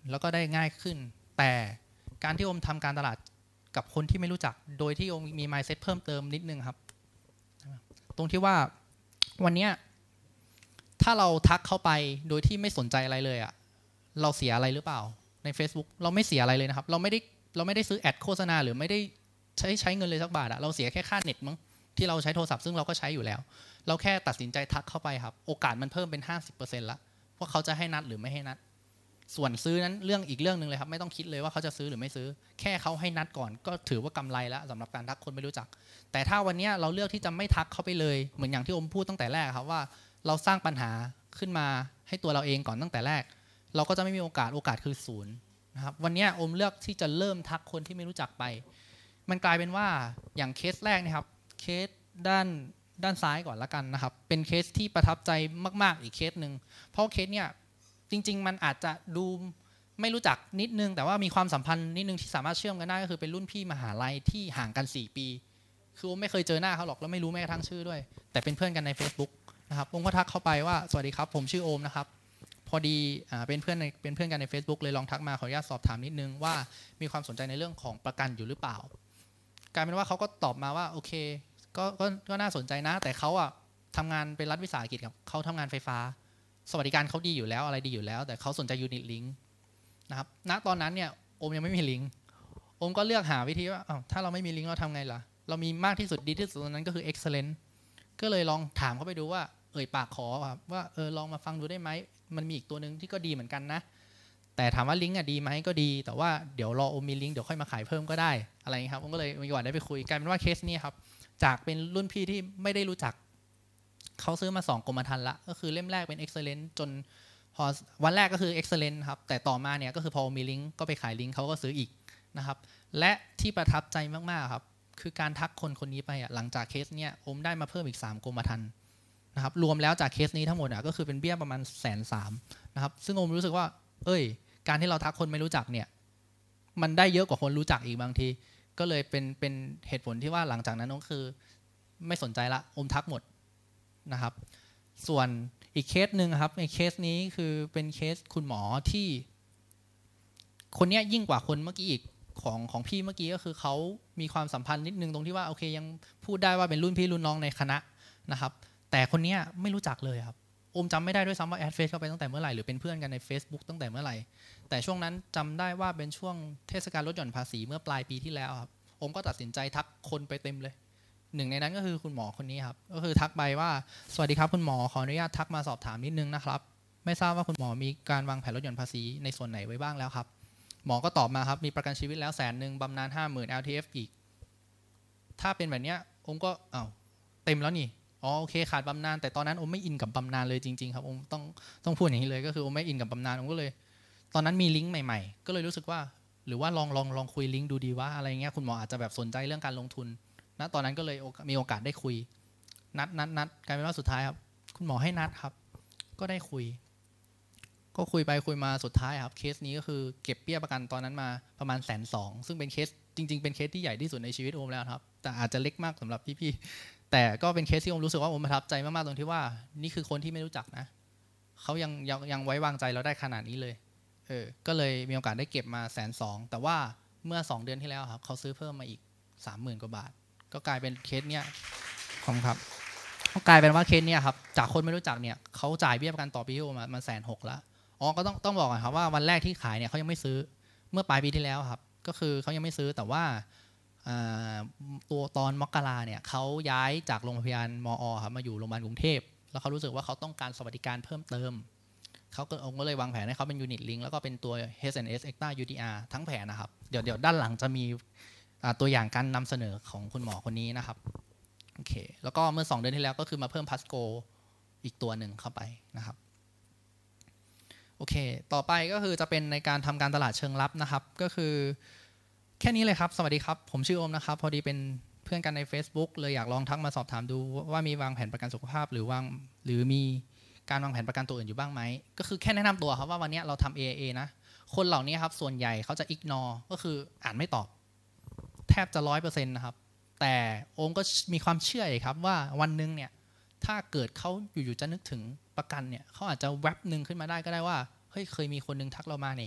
แล้วก็ได้ง่ายขึ้นแต่การที่โอมทำการตลาดกับคนที่ไม่รู้จักโดยที่โอมมี mindset เพิ่มเติมนิดนึงครับตรงที่ว่าวันนี้ถ้าเราทักเข้าไปโดยที่ไม่สนใจอะไรเลยอะเราเสียอะไรหรือเปล่าใน Facebook เราไม่เสียอะไรเลยนะครับเราไม่ได้เราไม่ได้ซื้อแอดโฆษณาหรือไม่ได้ใช้ใช้เงินเลยสักบาทอะเราเสียแค่ค่าเน็ตมั้งที่เราใช้โทรศัพท์ซึ่งเราก็ใช้อยู่แล้วเราแค่ตัดสินใจทักเข้าไปครับโอกาสมันเพิ่มเป็น ห้าสิบเปอร์เซ็นต์ ละว่าเขาจะให้นัดหรือไม่ให้นัดส่วนซื้อนั้นเรื่องอีกเรื่องนึงเลยครับไม่ต้องคิดเลยว่าเขาจะซื้อหรือไม่ซื้อแค่เขาให้นัดก่อนก็ถือว่ากำไรแล้วสำหรับการทักคนไม่รู้จักแต่ถ้าวันนี้เราเลือกที่จะไม่ทักเขาไปเลยเหมือนอย่างที่อมพูดตั้งแต่แรกครับว่าเราสร้างปัญหาขึ้นมาให้ตัวเราเองก่อนตั้งแต่แรกเราก็จะไม่มีโอกาสโอกาสคือศูนย์นะครับวันนี้อมเลือกที่จะเริ่มทักคนที่ไม่รู้จักไปมันกลายเป็นว่าอย่างเคสแรกนะครับเคสด้านด้านซ้ายก่อนละกันนะครับเป็นเคสที่ประทับใจมากๆอีกเคสหนึ่งเพราะเคสเนี่ยจริงๆมันอาจจะดูไม่รู้จักนิดนึงแต่ว่ามีความสัมพันธ์นิดนึงที่สามารถเชื่อมกันได้ก็คือเป็นรุ่นพี่มหาลัยที่ห่างกันสี่ปีคือผมไม่เคยเจอหน้าเขาหรอกแล้วไม่รู้แม้กระทั่งชื่อด้วยแต่เป็นเพื่อนกันใน Facebook นะครับผมก็ทักเข้าไปว่าสวัสดีครับผมชื่อโอมนะครับพอดีเป็นเพื่อนในเป็นเพื่อนกันใน Facebook เลยลองทักมาขออนุญาตสอบถามนิดนึงว่ามีความสนใจในเรื่องของประกันอยู่หรือเปล่ากลายเป็นว่าเขาก็ตอบมาว่าโอเคก็ก็ก็น่าสนใจนะแต่เขาอ่ะทำงานเป็นรัฐวิสาหกิจครับเขาทำงานไฟฟ้าสวัสดิการเขาดีอยู่แล้วอะไรดีอยู่แล้วแต่เขาสนใจยูนิตลิงก์นะครับณตอนนั้นเนี่ยโอมยังไม่มีลิงก์โอมก็เลือกหาวิธีว่าถ้าเราไม่มีลิงก์เราทำไงล่ะเรามีมากที่สุดดีที่สุดตอนนั้นก็คือ excellent ก็เลยลองถามเขาไปดูว่าเอ่ยปากขอว่าเออลองมาฟังดูได้ไหมมันมีอีกตัวนึงที่ก็ดีเหมือนกันนะแต่ถามว่าลิงก์อ่ะดีไหมก็ดีแต่ว่าเดี๋ยวรอโอมมีลิงก์เดี๋ยวค่อยมาขายเพิ่มก็ได้อะไรอย่างนี้ครับผมก็เลยมีโอกาสได้ไปคุยกลายเป็นว่าเคสนี้ครับจากเป็นรุ่นพี่ที่ไม่ได้รู้จักเขาซื้อมาสองกรมธรรม์ละก็คือเล่มแรกเป็น excellent จนพอวันแรกก็คือ excellent ครับแต่ต่อมาเนี่ยก็คือพอมีลิงก์ก็ไปขายลิงก์เขาก็ซื้ออีกนะครับและที่ประทับใจมากๆครับคือการทักคนคนนี้ไปอ่ะหลังจากเคสเนี้ยโอมได้มาเพิ่มอีกสามกรมธรรม์นะครับรวมแล้วจากเคสนี้ทั้งหมดอ่ะก็คือเป็นเบี้ยประมาณแสนสามนะครับซึ่งโอมรู้สึกว่าเอ้ยการที่เราทักคนไม่รู้จักเนี่ยมันได้เยอะกว่าคนรู้จักอีกบางทีก็เลยเป็นเป็นเหตุผลที่ว่าหลังจากนั้นก็คือไม่สนใจละโอมทักหมดนะครับส่วนอีกเคสหนึ่งครับในเคสนี้คือเป็นเคสคุณหมอที่คนนี้ยิ่งกว่าคนเมื่อกี้อีกของของพี่เมื่อกี้ก็คือเขามีความสัมพันธ์นิดนึงตรงที่ว่าโอเคยังพูดได้ว่าเป็นรุ่นพี่รุ่นน้องในคณะนะครับแต่คนนี้ไม่รู้จักเลยครับโอมจำไม่ได้ด้วยซ้ำว่าแอดเฟซเข้าไปตั้งแต่เมื่อไหร่หรือเป็นเพื่อนกันใน Facebook ตั้งแต่เมื่อไหร่แต่ช่วงนั้นจำได้ว่าเป็นช่วงเทศกาลลดหย่อนภาษีเมื่อปลายปีที่แล้วครับโอมก็ตัดสินใจทักคนไปเต็มเลยหนึ่งในนั้นก็คือคุณหมอคนนี้ครับก็คือทักไปว่าสวัสดีครับคุณหมอขออนุญาตทักมาสอบถามนิดนึงนะครับไม่ทราบว่าคุณหมอมีการวางแผนลดหย่อนภาษีในส่วนไหนไว้บ้างแล้วครับหมอก็ตอบมาครับมีประกันชีวิตแล้วแสนหนึ่งบำนาญห้าหมื่น แอล ที เอฟ อีกถ้าเป็นแบบนี้โอมก็อ้าวเต็มแล้วนี่อ๋อโอเคขาดบำนาญแต่ตอนนั้นโอมไม่อินกับบำนาญเลยจริงๆครับโอมต้องต้องพูดอย่างนี้เลยก็คือโอมไม่อินกับบำนาญโอมก็เลยตอนนั้นมีลิงก์ใหม่ๆก็เลยรู้สึกว่าหรือว่าลองลองลองคุยลิงก์ดูดีว่าอะไรเงี้ยคุณหมออาจจะแบบสนใจเรื่องการลงทุนณตอนนั้นก็เลยมีโอกาสได้คุยนัดนัดนัดกลายเป็นว่าสุดท้ายครับคุณหมอให้นัดครับก็ได้คุยก็คุยไปคุยมาสุดท้ายครับเคสนี้ก็คือเก็บเบี้ยประกันตอนนั้นมาประมาณแสนสองซึ่งเป็นเคสจริงๆเป็นเคสที่ใหญ่ที่สุดในชีวิตโอมแล้วครับแต่อาจจะเล็กมากสำหรับพี่ๆแต่ก็เป็นเคสที่โอมรู้สึกว่าโอมประทับใจมากๆตรงที่ว่านี่คือคนที่ไม่รู้จักนะเขายังยังยังไว้วางใจเราได้ขนาดนี้เลยเออก็เลยมีโอกาสได้เก็บมาแสนสองแต่ว่าเมื่อสองเดือนที่แล้วครับเขาซื้อเพิ่มมาอีก สามหมื่น กว่าบาทก็กลายเป็นเคสเนี้ยของครับก็กลายเป็นว่าเคสเนี้ยครับจากคนไม่รู้จักเนี่ยเขาจ่ายเบี้ยประกันต่อปีที่โอมามาแสนหกแล้วอ๋อก็ต้องต้องบอกก่อนครับว่าวันแรกที่ขายเนี่ยเขายังไม่ซื้อเมื่อปลายปีที่แล้วครับก็คือเขายังไม่ซื้อแต่ว่าตัวตอนมกราเนี่ยเขาย้ายจากโรงพยาบาลมอครับมาอยู่โรงพยาบาลกรุงเทพแล้วเขารู้สึกว่าเขาต้องการสวัสดิการเพิ่มเติมเขาก็องค์ก็เลยวางแผนให้เขาเป็นยูนิตลิงก์แล้วก็เป็นตัว เอช เอ็น เอส Extra ยู ที อาร์ ทั้งแผนนะครับเดี๋ยวเดี๋ยวด้านหลังจะมีตัวอย่างการนำเสนอของคุณหมอคนนี้นะครับโอเคแล้วก็เมื่อสองเดือนที่แล้วก็คือมาเพิ่มพัสโกอีกตัวหนึ่งเข้าไปนะครับโอเคต่อไปก็คือจะเป็นในการทำการตลาดเชิงลับนะครับก็คือแค่นี้เลยครับสวัสดีครับผมชื่อโอมนะครับพอดีเป็นเพื่อนกันใน Facebook เลยอยากลองทักมาสอบถามดูว่ามีวางแผนประกันสุขภาพหรือวางหรือมีการวางแผนประกันตัวอื่นอยู่บ้างไหมก็คือแค่แนะนำตัวครับว่าวันนี้เราทำ เอ เอ นะคนเหล่านี้ครับส่วนใหญ่เขาจะ ignore ก็คืออ่านไม่ตอบแทบจะ ร้อยเปอร์เซ็นต์ นะครับแต่โอมก็มีความเชื่อครับว่าวันนึงเนี่ยถ้าเกิดเขาอยู่ๆจะนึกถึงประกันเนี่ยเขาอาจจะแวบนึงขึ้นมาได้ก็ได้ว่าเฮ้ยเคยมีคนนึงทักเรามาเนี่ย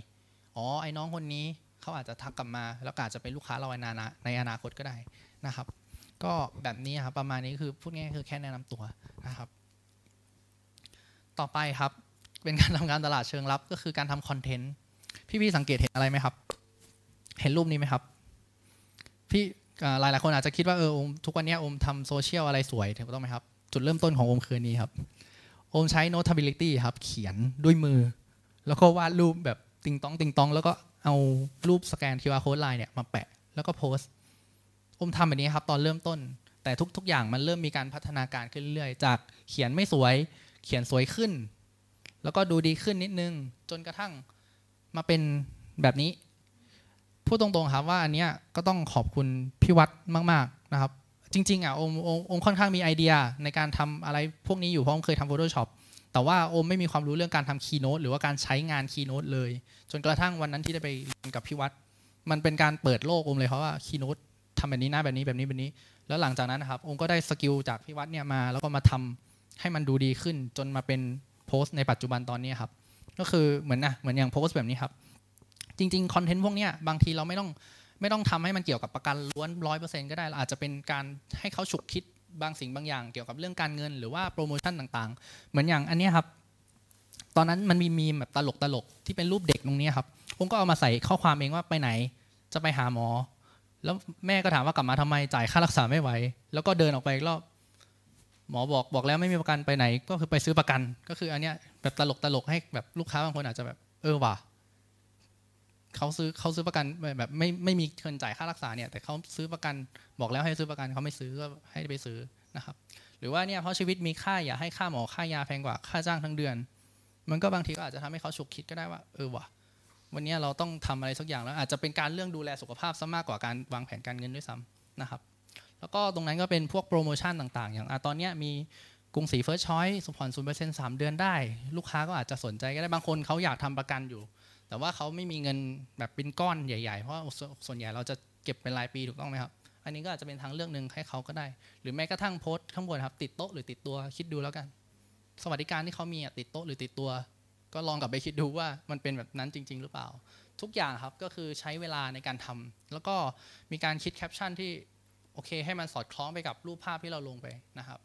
อ๋อไอ้น้องคนนี้เขาอาจจะทักกลับมาแล้วอาจจะเป็นลูกค้าเราในอนาในอนาคตก็ได้นะครับก็แบบนี้ครับประมาณนี้คือพูดง่ายๆคือแค่แนะนำตัวนะครับต่อไปครับเป็นการทำการตลาดเชิงลับก็คือการทำคอนเทนต์พี่ๆสังเกตเห็นอะไรไหมครับเห็นรูปนี้ไหมครับพี่หลายๆคนอาจจะคิดว่าเออทุกวันนี้โอมทำโซเชียลอะไรสวยถูกต้องไหมครับจุดเริ่มต้นของโอมคือนี้ครับโอมใช้ Notability ครับเขียนด้วยมือแล้วก็วาดรูปแบบติงตองติงตองแล้วก็เอารูปสแกน คิว อาร์ Code ไลน์เนี่ยมาแปะแล้วก็โพสต์โอมทำแบบนี้ครับตอนเริ่มต้นแต่ทุกๆอย่างมันเริ่มมีการพัฒนาการขึ้นเรื่อยๆจากเขียนไม่สวยเขียนสวยขึ้นแล้วก็ดูดีขึ้นนิดนึงจนกระทั่งมาเป็นแบบนี้พูดตรงๆครับว่าอันเนี้ยก็ต้องขอบคุณพี่วัดมากๆนะครับจริงๆอ่ะโอมโอมค่อนข้างมีไอเดียในการทำอะไรพวกนี้อยู่เพราะโอมเคยทำ Photoshop แต่ว่าโอมไม่มีความรู้เรื่องการทำ Keynote หรือว่าการใช้งาน Keynote เลยจนกระทั่งวันนั้นที่ได้ไปเรียนกับพี่วัดมันเป็นการเปิดโลกโอมเลยเพราะว่า Keynote ทำแบบนี้นะแบบนี้แบบนี้แบบนี้แล้วหลังจากนั้นนะครับโอมก็ได้สกิลจากพี่วัดเนี่ยมาแล้วก็มาทำให้มันดูดีขึ้นจนมาเป็นโพสต์ในปัจจุบันตอนนี้ครับก็คือเหมือนนะเหมือนอย่างโพสต์แบบนี้ครับจริงๆคอนเทนต์พวกนี้บางทีเราไม่ต้องไม่ต้องทำให้มันเกี่ยวกับประกันล้วนร้อยเปอร์เซ็นต์ก็ได้อาจจะเป็นการให้เขาฉุกคิดบางสิ่งบางอย่างเกี่ยวกับเรื่องการเงินหรือว่าโปรโมชั่นต่างๆเหมือนอย่างอันนี้ครับตอนนั้นมันมีมีมแบบตลกตลกที่เป็นรูปเด็กตรงนี้ครับผมก็เอามาใส่ข้อความเองว่าไปไหนจะไปหาหมอแล้วแม่ก็ถามว่ากลับมาทำไมจ่ายค่ารักษาไม่ไหวแล้วก็เดินออกไปอีกรอบหมอบอกบอกแล้วไม่มีประกันไปไหนก็คือไปซื้อประกันก็คืออันเนี้ยแบบตลกตลกให้แบบลูกค้าบางคนอาจจะแบบเออว่ะเขาซื้อเขาซื้อประกันแบบไม่ไม่มีเงินจ่ายค่ารักษาเนี่ยแต่เขาซื้อประกันบอกแล้วให้ซื้อประกันเขาไม่ซื้อก็ให้ไปซื้อนะครับหรือว่าเนี่ยเพราะชีวิตมีค่าอย่าให้ค่าหมอค่ายาแพงกว่าค่าจ้างทั้งเดือนมันก็บางทีก็อาจจะทำให้เขาฉุกคิดก็ได้ว่าเออว่ะวันนี้เราต้องทำอะไรสักอย่างแล้วอาจจะเป็นการเรื่องดูแลสุขภาพซะมากกว่าการวางแผนการเงินด้วยซ้ำนะครับแล้วก็ตรงนั้นก็เป็นพวกโปรโมชั่นต่างๆอย่างตอนนี้มีกรุงศรีเฟิร์สชอยส์ผ่อนศูนย์เปอร์เซ็นต์สามเดือนได้ลูกค้าก็อาจจะสนใจก็ได้บางคนเขาอยากทำประกันอยู่แต่ว่าเขาไม่มีเงินแบบเป็นก้อนใหญ่ๆเพราะส่วนใหญ่เราจะเก็บเป็นรายปีถูกต้องไหมครับอันนี้ก็อาจจะเป็นทางเลือกหนึ่งให้เขาก็ได้หรือแม้กระทั่งโพสต์ข้างบนครับติดโต๊ะหรือติดตัวคิดดูแล้วกันสวัสดิการที่เขามีติดโต๊ะหรือติดตัวก็ลองกลับไปคิดดูว่ามันเป็นแบบนั้นจริงๆหรือเปล่าทุกอย่างครับก็คือใช้เวลาในการทำแล้วก็มีการคิดแคปชั่นที่โอเคให้มันสอดคล้องไปกับรูปภาพที่เราลงไปนะครับ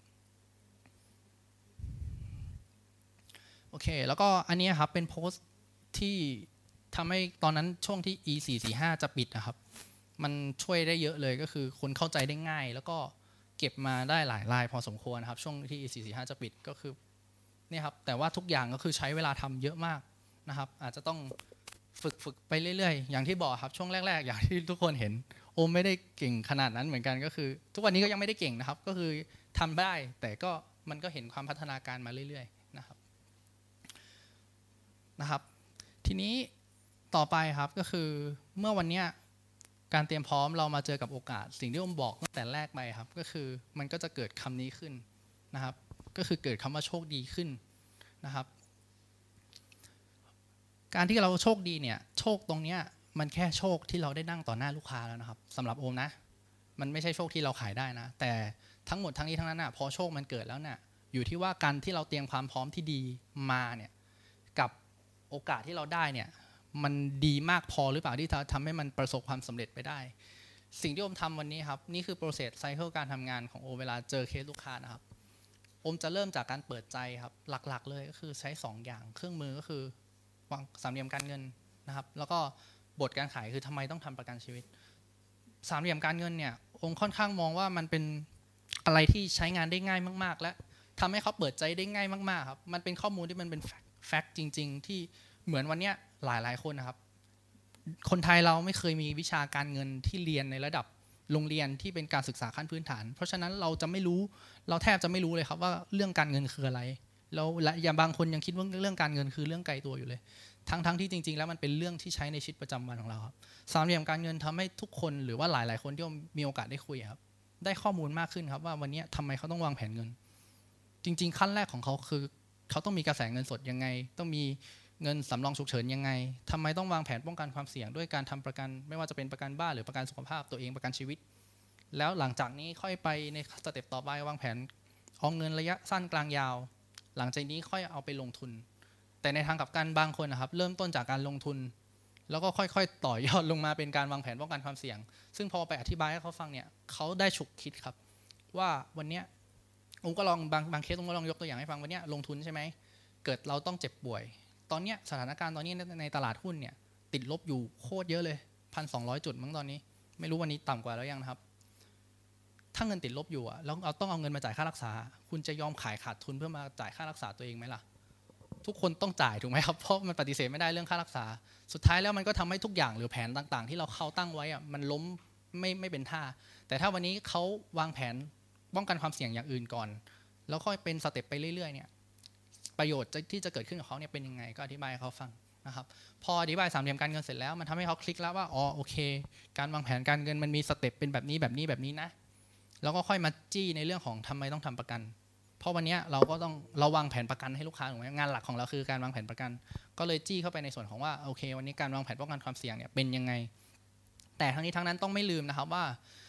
โอเคแล้วก็อันนี้ครับเป็นโพสต์ที่ทำให้ตอนนั้นช่วงที่ อี สี่ สี่ ห้า จะปิดนะครับมันช่วยได้เยอะเลยก็คือคนเข้าใจได้ง่ายแล้วก็เก็บมาได้หลายรายพอสมควรนะครับช่วงที่ อี สี่ สี่ ห้า จะปิดก็คือนี่ครับแต่ว่าทุกอย่างก็คือใช้เวลาทำเยอะมากนะครับอาจจะต้องฝึกฝึกไปเรื่อยๆอย่างที่บอกครับช่วงแรกๆอย่างที่ทุกคนเห็นโอมไม่ได้เก่งขนาดนั้นเหมือนกันก็คือทุกวันนี้ก็ยังไม่ได้เก่งนะครับก็คือทำได้แต่ก็มันก็เห็นความพัฒนาการมาเรื่อยๆนะครับนะครับทีนี้ต่อไปครับก็คือเมื่อวันนี้การเตรียมพร้อมเรามาเจอกับโอกาสสิ่งที่ผมบอกตั้งแต่แรกไปครับก็คือมันก็จะเกิดคำนี้ขึ้นนะครับก็คือเกิดคำว่าโชคดีขึ้นนะครับการที่เราโชคดีเนี่ยโชคตรงนี้มันแค่โชคที่เราได้นั่งต่อหน้าลูกค้าแล้วนะครับสำหรับโอมนะมันไม่ใช่โชคที่เราขายได้นะแต่ทั้งหมดทั้งนี้ทั้งนั้นนะพอโชคมันเกิดแล้วเนี่ยอยู่ที่ว่าการที่เราเตรียมความพร้อมที่ดีมาเนี่ยกับโอกาสที่เราได้เนี่ยมันดีมากพอหรือเปล่าที่จะทำให้มันประสบความสำเร็จไปได้สิ่งที่โอมทำวันนี้ครับนี่คือ process cycle การทำงานของโอมเวลาเจอเคสลูกค้านะครับโอมจะเริ่มจากการเปิดใจครับหลักๆเลยก็คือใช้สองอย่างเครื่องมือก็คือสามเหลี่ยมการเงินนะครับแล้วก็บทการขายคือทำไมต้องทำประกันชีวิตสามเหลี่ยมการเงินเนี่ยองค์ค่อนข้างมองว่ามันเป็นอะไรที่ใช้งานได้ง่ายมากๆและทำให้เขาเปิดใจได้ง่ายมากๆครับมันเป็นข้อมูลที่มันเป็นแฟกต์จริงๆที่เหมือนวันนี้หลายๆคนนะครับคนไทยเราไม่เคยมีวิชาการเงินที่เรียนในระดับโรงเรียนที่เป็นการศึกษาขั้นพื้นฐานเพราะฉะนั้นเราจะไม่รู้เราแทบจะไม่รู้เลยครับว่าเรื่องการเงินคืออะไรแล้วอย่างบางคนยังคิดว่าเรื่องการเงินคือเรื่องไกลตัวอยู่เลยทั้งๆที่จริงๆแล้วมันเป็นเรื่องที่ใช้ในชีวิตประจำวันของเราครับสามเหลี่ยมการเงินทำให้ทุกคนหรือว่าหลายๆคนที่มีโอกาสได้คุยครับได้ข้อมูลมากขึ้นครับว่าวันนี้ทำไมเขาต้องวางแผนเงินจริงๆขั้นแรกของเขาคือเขาต้องมีกระแสเงินสดยังไงต้องมีเงินสำรองฉุกเฉินยังไงทำไมต้องวางแผนป้องกันความเสี่ยงด้วยการทำประกันไม่ว่าจะเป็นประกันบ้านหรือประกันสุขภาพตัวเองประกันชีวิตแล้วหลังจากนี้ค่อยไปในสเต็ปต่อไปวางแผนออมเงินระยะสั้นกลางยาวหลังจากนี้ค่อยเอาไปลงทุนแต่ในทางกับการบางคนนะครับเริ่มต้นจากการลงทุนแล้วก็ค่อยๆต่อยอดลงมาเป็นการวางแผนป้องกันความเสี่ยงซึ่งพอไปอธิบายให้เขาฟังเนี่ยเขาได้ฉุกคิดครับว่าวันนี้ผมก็ลองบางบางเคสผมก็ลองยกตัวอย่างให้ฟังวันนี้ลงทุนใช่ไหมเกิดเราต้องเจ็บป่วยตอนนี้สถานการณ์ตอนนี้ในตลาดหุ้นเนี่ยติดลบอยู่โคตรเยอะเลยพันสองร้อยจุดมั้งตอนนี้ไม่รู้วันนี้ต่ำกว่าแล้วยังนะครับถ้าเงินติดลบอยู่อะแล้วเราต้องเอาเงินมาจ่ายค่ารักษาคุณจะยอมขายขาดทุนเพื่อมาจ่ายค่ารักษาตัวเองไหมล่ะทุกคนต้องจ่ายถูกไหมครับเพราะมันปฏิเสธไม่ได้เรื่องค่ารักษาสุดท้ายแล้วมันก็ทำให้ทุกอย่างหรือแผนต่างๆที่เราเขาตั้งไว้อะมันล้มไม่ไม่เป็นท่าแต่ถ้าวันนี้เขาวางแผนป้องกันความเสี่ยงอย่างอื่นก่อนแล้วค่อยเป็นสเต็ปไปเรื่อยๆเนี่ยประโยชน์ที่จะเกิดขึ้นกับเขาเนี่ยเป็นยังไงก็อธิบายให้เขาฟังนะครับพออธิบายสามเหลี่ยมการเงินเสร็จแล้วมันทำให้เขาคลิกแล้วว่าอ๋อโอเคการวางแผนการเงินมันมีสเต็ปเป็นแบบนี้แบบนี้แบบนี้นะแล้วก็ค่อยมาจี้ในเรื่องของทำไมต้องทำประกันเพราะวันนี้เราก็ต้องเราวางแผนประกันให้ลูกค้าถูกไหมงานหลักของเราคือการวางแผนประกันก็เลยจี้เข้าไปในส่วนของว่าโอเควันนี้การวางแผนป้องกันความเสี่ยงเนี่ยเป็นยังไงแต่ทั้งนี้ทั้งนั้นต้องไม่ลืมนะครับว่า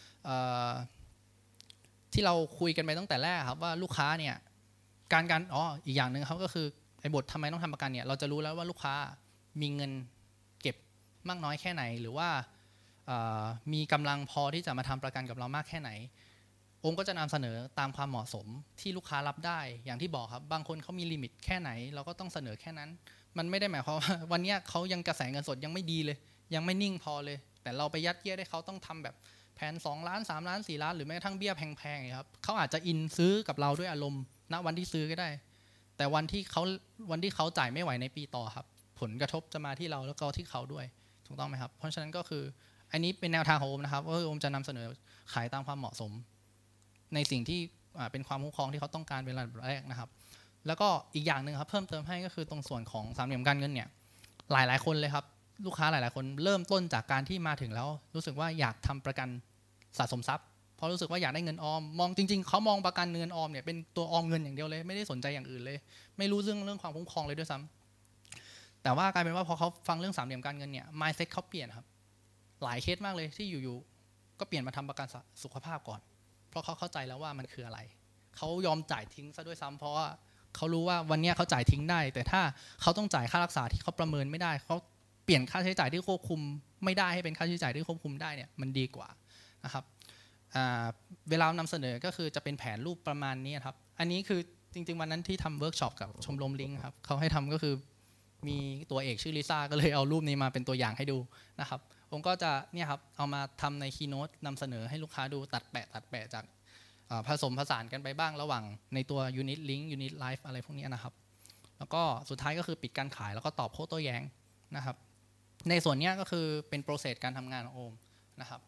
ที่เราคุยกันไปตั้งแต่แรกครับว่าลูกค้าเนี่ยการการอ๋ออีกอย่างหนึ่งเขาก็คือไอ้บททำไมต้องทำประกันเนี่ยเราจะรู้แล้วว่าลูกค้ามีเงินเก็บมากน้อยแค่ไหนหรือว่ามีกำลังพอที่จะมาทำประกันกับเรามากแค่ไหนองค์ก็จะนำเสนอตามความเหมาะสมที่ลูกค้ารับได้อย่างที่บอกครับบางคนเขามีลิมิตแค่ไหนเราก็ต้องเสนอแค่นั้นมันไม่ได้หมายความว่าวันนี้เขายังกระแสเงินสดยังไม่ดีเลยยังไม่นิ่งพอเลยแต่เราไปยัดเยียดให้เขาต้องทำแบบแผนสองล้านสามล้านสี่ล้านหรือแม้กระทั่งเบี้ยแพงๆครับเขาอาจจะอินซื้อกับเราด้วยอารมณ์ณวันที่ซื้อก็ได้แต่วันที่เขาวันที่เขาจ่ายไม่ไหวในปีต่อครับผลกระทบจะมาที่เราแล้วก็ที่เขาด้วยถูกต้องไหมครับเพราะฉะนั้นก็คืออันนี้เป็นแนวทางของโอมนะครับว่าโอมจะนำเสนอขายตามความเหมาะสมในสิ่งที่เป็นความคุ้มครองที่เขาต้องการเป็นระดับแรกนะครับแล้วก็อีกอย่างหนึ่งครับเพิ่มเติมให้ก็คือตรงส่วนของสามเหลี่ยมการเงินเนี่ยหลายๆคนเลยครับลูกค้าหลายๆคนเริ่มต้นจากการที่มาถึงแล้วรู้สึกว่าอยากทำประกันสะสมทรัพย์เพราะรู้สึกว่าอยากได้เงินออมมองจริงๆเขามองประกันเงินออมเนี่ยเป็นตัวออมเงินอย่างเดียวเลยไม่ได้สนใจอย่างอื่นเลยไม่รู้เรื่องเรื่องความคุ้มครองเลยด้วยซ้ำแต่ว่ากลายเป็นว่าพอเขาฟังเรื่องสามเหลี่ยมการเงินเนี่ย mindset เขาเปลี่ยนครับหลายเคสมากเลยที่อยู่ๆก็เปลี่ยนมาทำประกันสุขภาพก่อนเพราะเขาเข้าใจแล้วว่ามันคืออะไรเขายอมจ่ายทิ้งซะด้วยซ้ำเพราะว่าเขารู้ว่าวันนี้เขาจ่ายทิ้งได้แต่ถ้าเขาต้องจ่ายค่ารักษาที่เขาประเมินไม่ได้เขาเปลี่ยนค่าใช้จ่ายที่ควบคุมไม่ได้ให้เป็นค่าใช้จ่ายที่ควบคุมได้เนี่ยมันดีกว่านะครับเวลานำเสนอก็คือจะเป็นแผนรูปประมาณนี้ครับอันนี้คือจริงๆวันนั้นที่ทำเวิร์กช็อปกับชมรมลิงครับเขาให้ทำก็คือมีตัวเอกชื่อลิซ่าก็เลยเอารูปนี้มาเป็นตัวอย่างให้ดูนะครับผมก็จะเนี่ยครับเอามาทำในคีย์โน้ตนำเสนอให้ลูกค้าดูตัดแปะตัดแปะจากผสมผสานกันไปบ้างระหว่างในตัว Unit Link Unit Live อะไรพวกนี้นะครับแล้วก็สุดท้ายก็คือปิดการขายแล้วก็ตอบข้อโต้แย้งนะครับในส่วนนี้ก็คือเป็นโปรเซสการทำงานของโอมนะครับ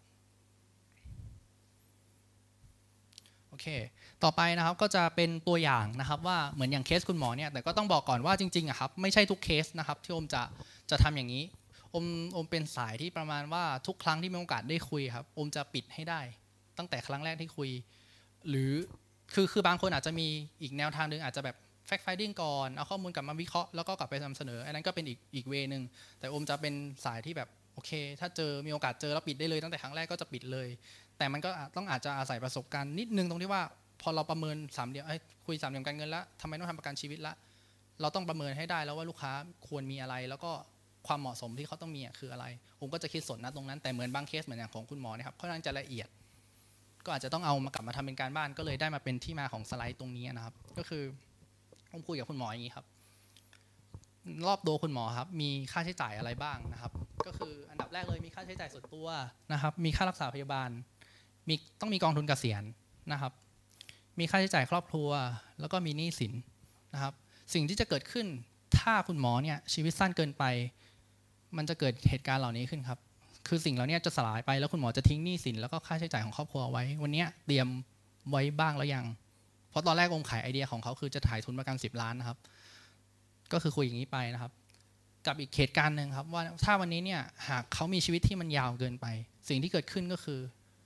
โอเคต่อไปนะครับก็จะเป็นตัวอย่างนะครับว่าเหมือนอย่างเคสคุณหมอเนี่ยแต่ก็ต้องบอกก่อนว่าจริงๆอะครับไม่ใช่ทุกเคสนะครับที่โอมจะจะทำอย่างนี้อมอมเป็นสายที่ประมาณว่าทุกครั้งที่มีโอกาสได้คุยครับอมจะปิดให้ได้ตั้งแต่ครั้งแรกที่คุยหรือคือคือบางคนอาจจะมีอีกแนวทางนึงอาจจะแบบ fact finding ก่อนเอาข้อมูลกลับมาวิเคราะห์แล้วก็กลับไปนำเสนออันนั้นก็เป็นอีกอีกเวนึงแต่อมจะเป็นสายที่แบบโอเคถ้าเจอมีโอกาสเจอแล้วปิดได้เลยตั้งแต่ครั้งแรกก็จะปิดเลยแต่มันก็ต้องอาจจะอาศัยประสบการณ์นิดนึงตรงที่ว่าพอเราประเมินสามเหลี่ยมคุยสามเหลี่ยมการเงินแล้วทำไมต้องทำประกันชีวิตละเราต้องประเมินให้ได้แล้วว่าลูกค้าควรมีอะไรแล้วก็ความเหมาะสมที่เขาต้องมีคืออะไรผมก็จะคิดสนนะตรงนั้นแต่เหมือนบางเคสเหมือนอย่างของคุณหมอเนี่ยครับค่อนข้างจะละเอียดก็อาจจะต้องเอามากลับมาทำเป็นการบ้านก็เลยได้มาเป็นที่มาของสไลด์ตรงนี้นะครับก็คือผมคุยกับคุณหมออย่างนี้ครับรอบตัวคุณหมอครับมีค่าใช้จ่ายอะไรบ้างนะครับก็คืออันดับแรกเลยมีค่าใช้จ่ายส่วนตัวนะครับมีค่ารักษาพยาบาลมีต้องมีกองทุนเกษียณนะครับมีค่าใช้จ่ายครอบครัวแล้วก็มีหนี้สินนะครับสิ่งที่จะเกิดขึ้นถ้าคุณหมอเนี่ยชีวิตสั้นเกินไปมันจะเกิดเหตุการณ์เหล่านี้ขึ้นครับคือสิ่งเหล่านี้จะสลายไปแล้วคุณหมอจะทิ้งหนี้สินแล้วก็ค่าใช้จ่ายของครอบครัวไว้วันนี้เตรียมไว้บ้างแล้วยังเพราะตอนแรกองค์ขายไอเดียของเขาคือจะถ่ายทุนประกันสิบล้านนะครับก็คือคุยอย่างนี้ไปนะครับกับอีกเหตุการณ์หนึ่งครับว่าถ้าวันนี้เนี่ยหากเขามีชีวิตที่มันยาวเกินไปสิ่งที่เกิดขึ้นก็คือ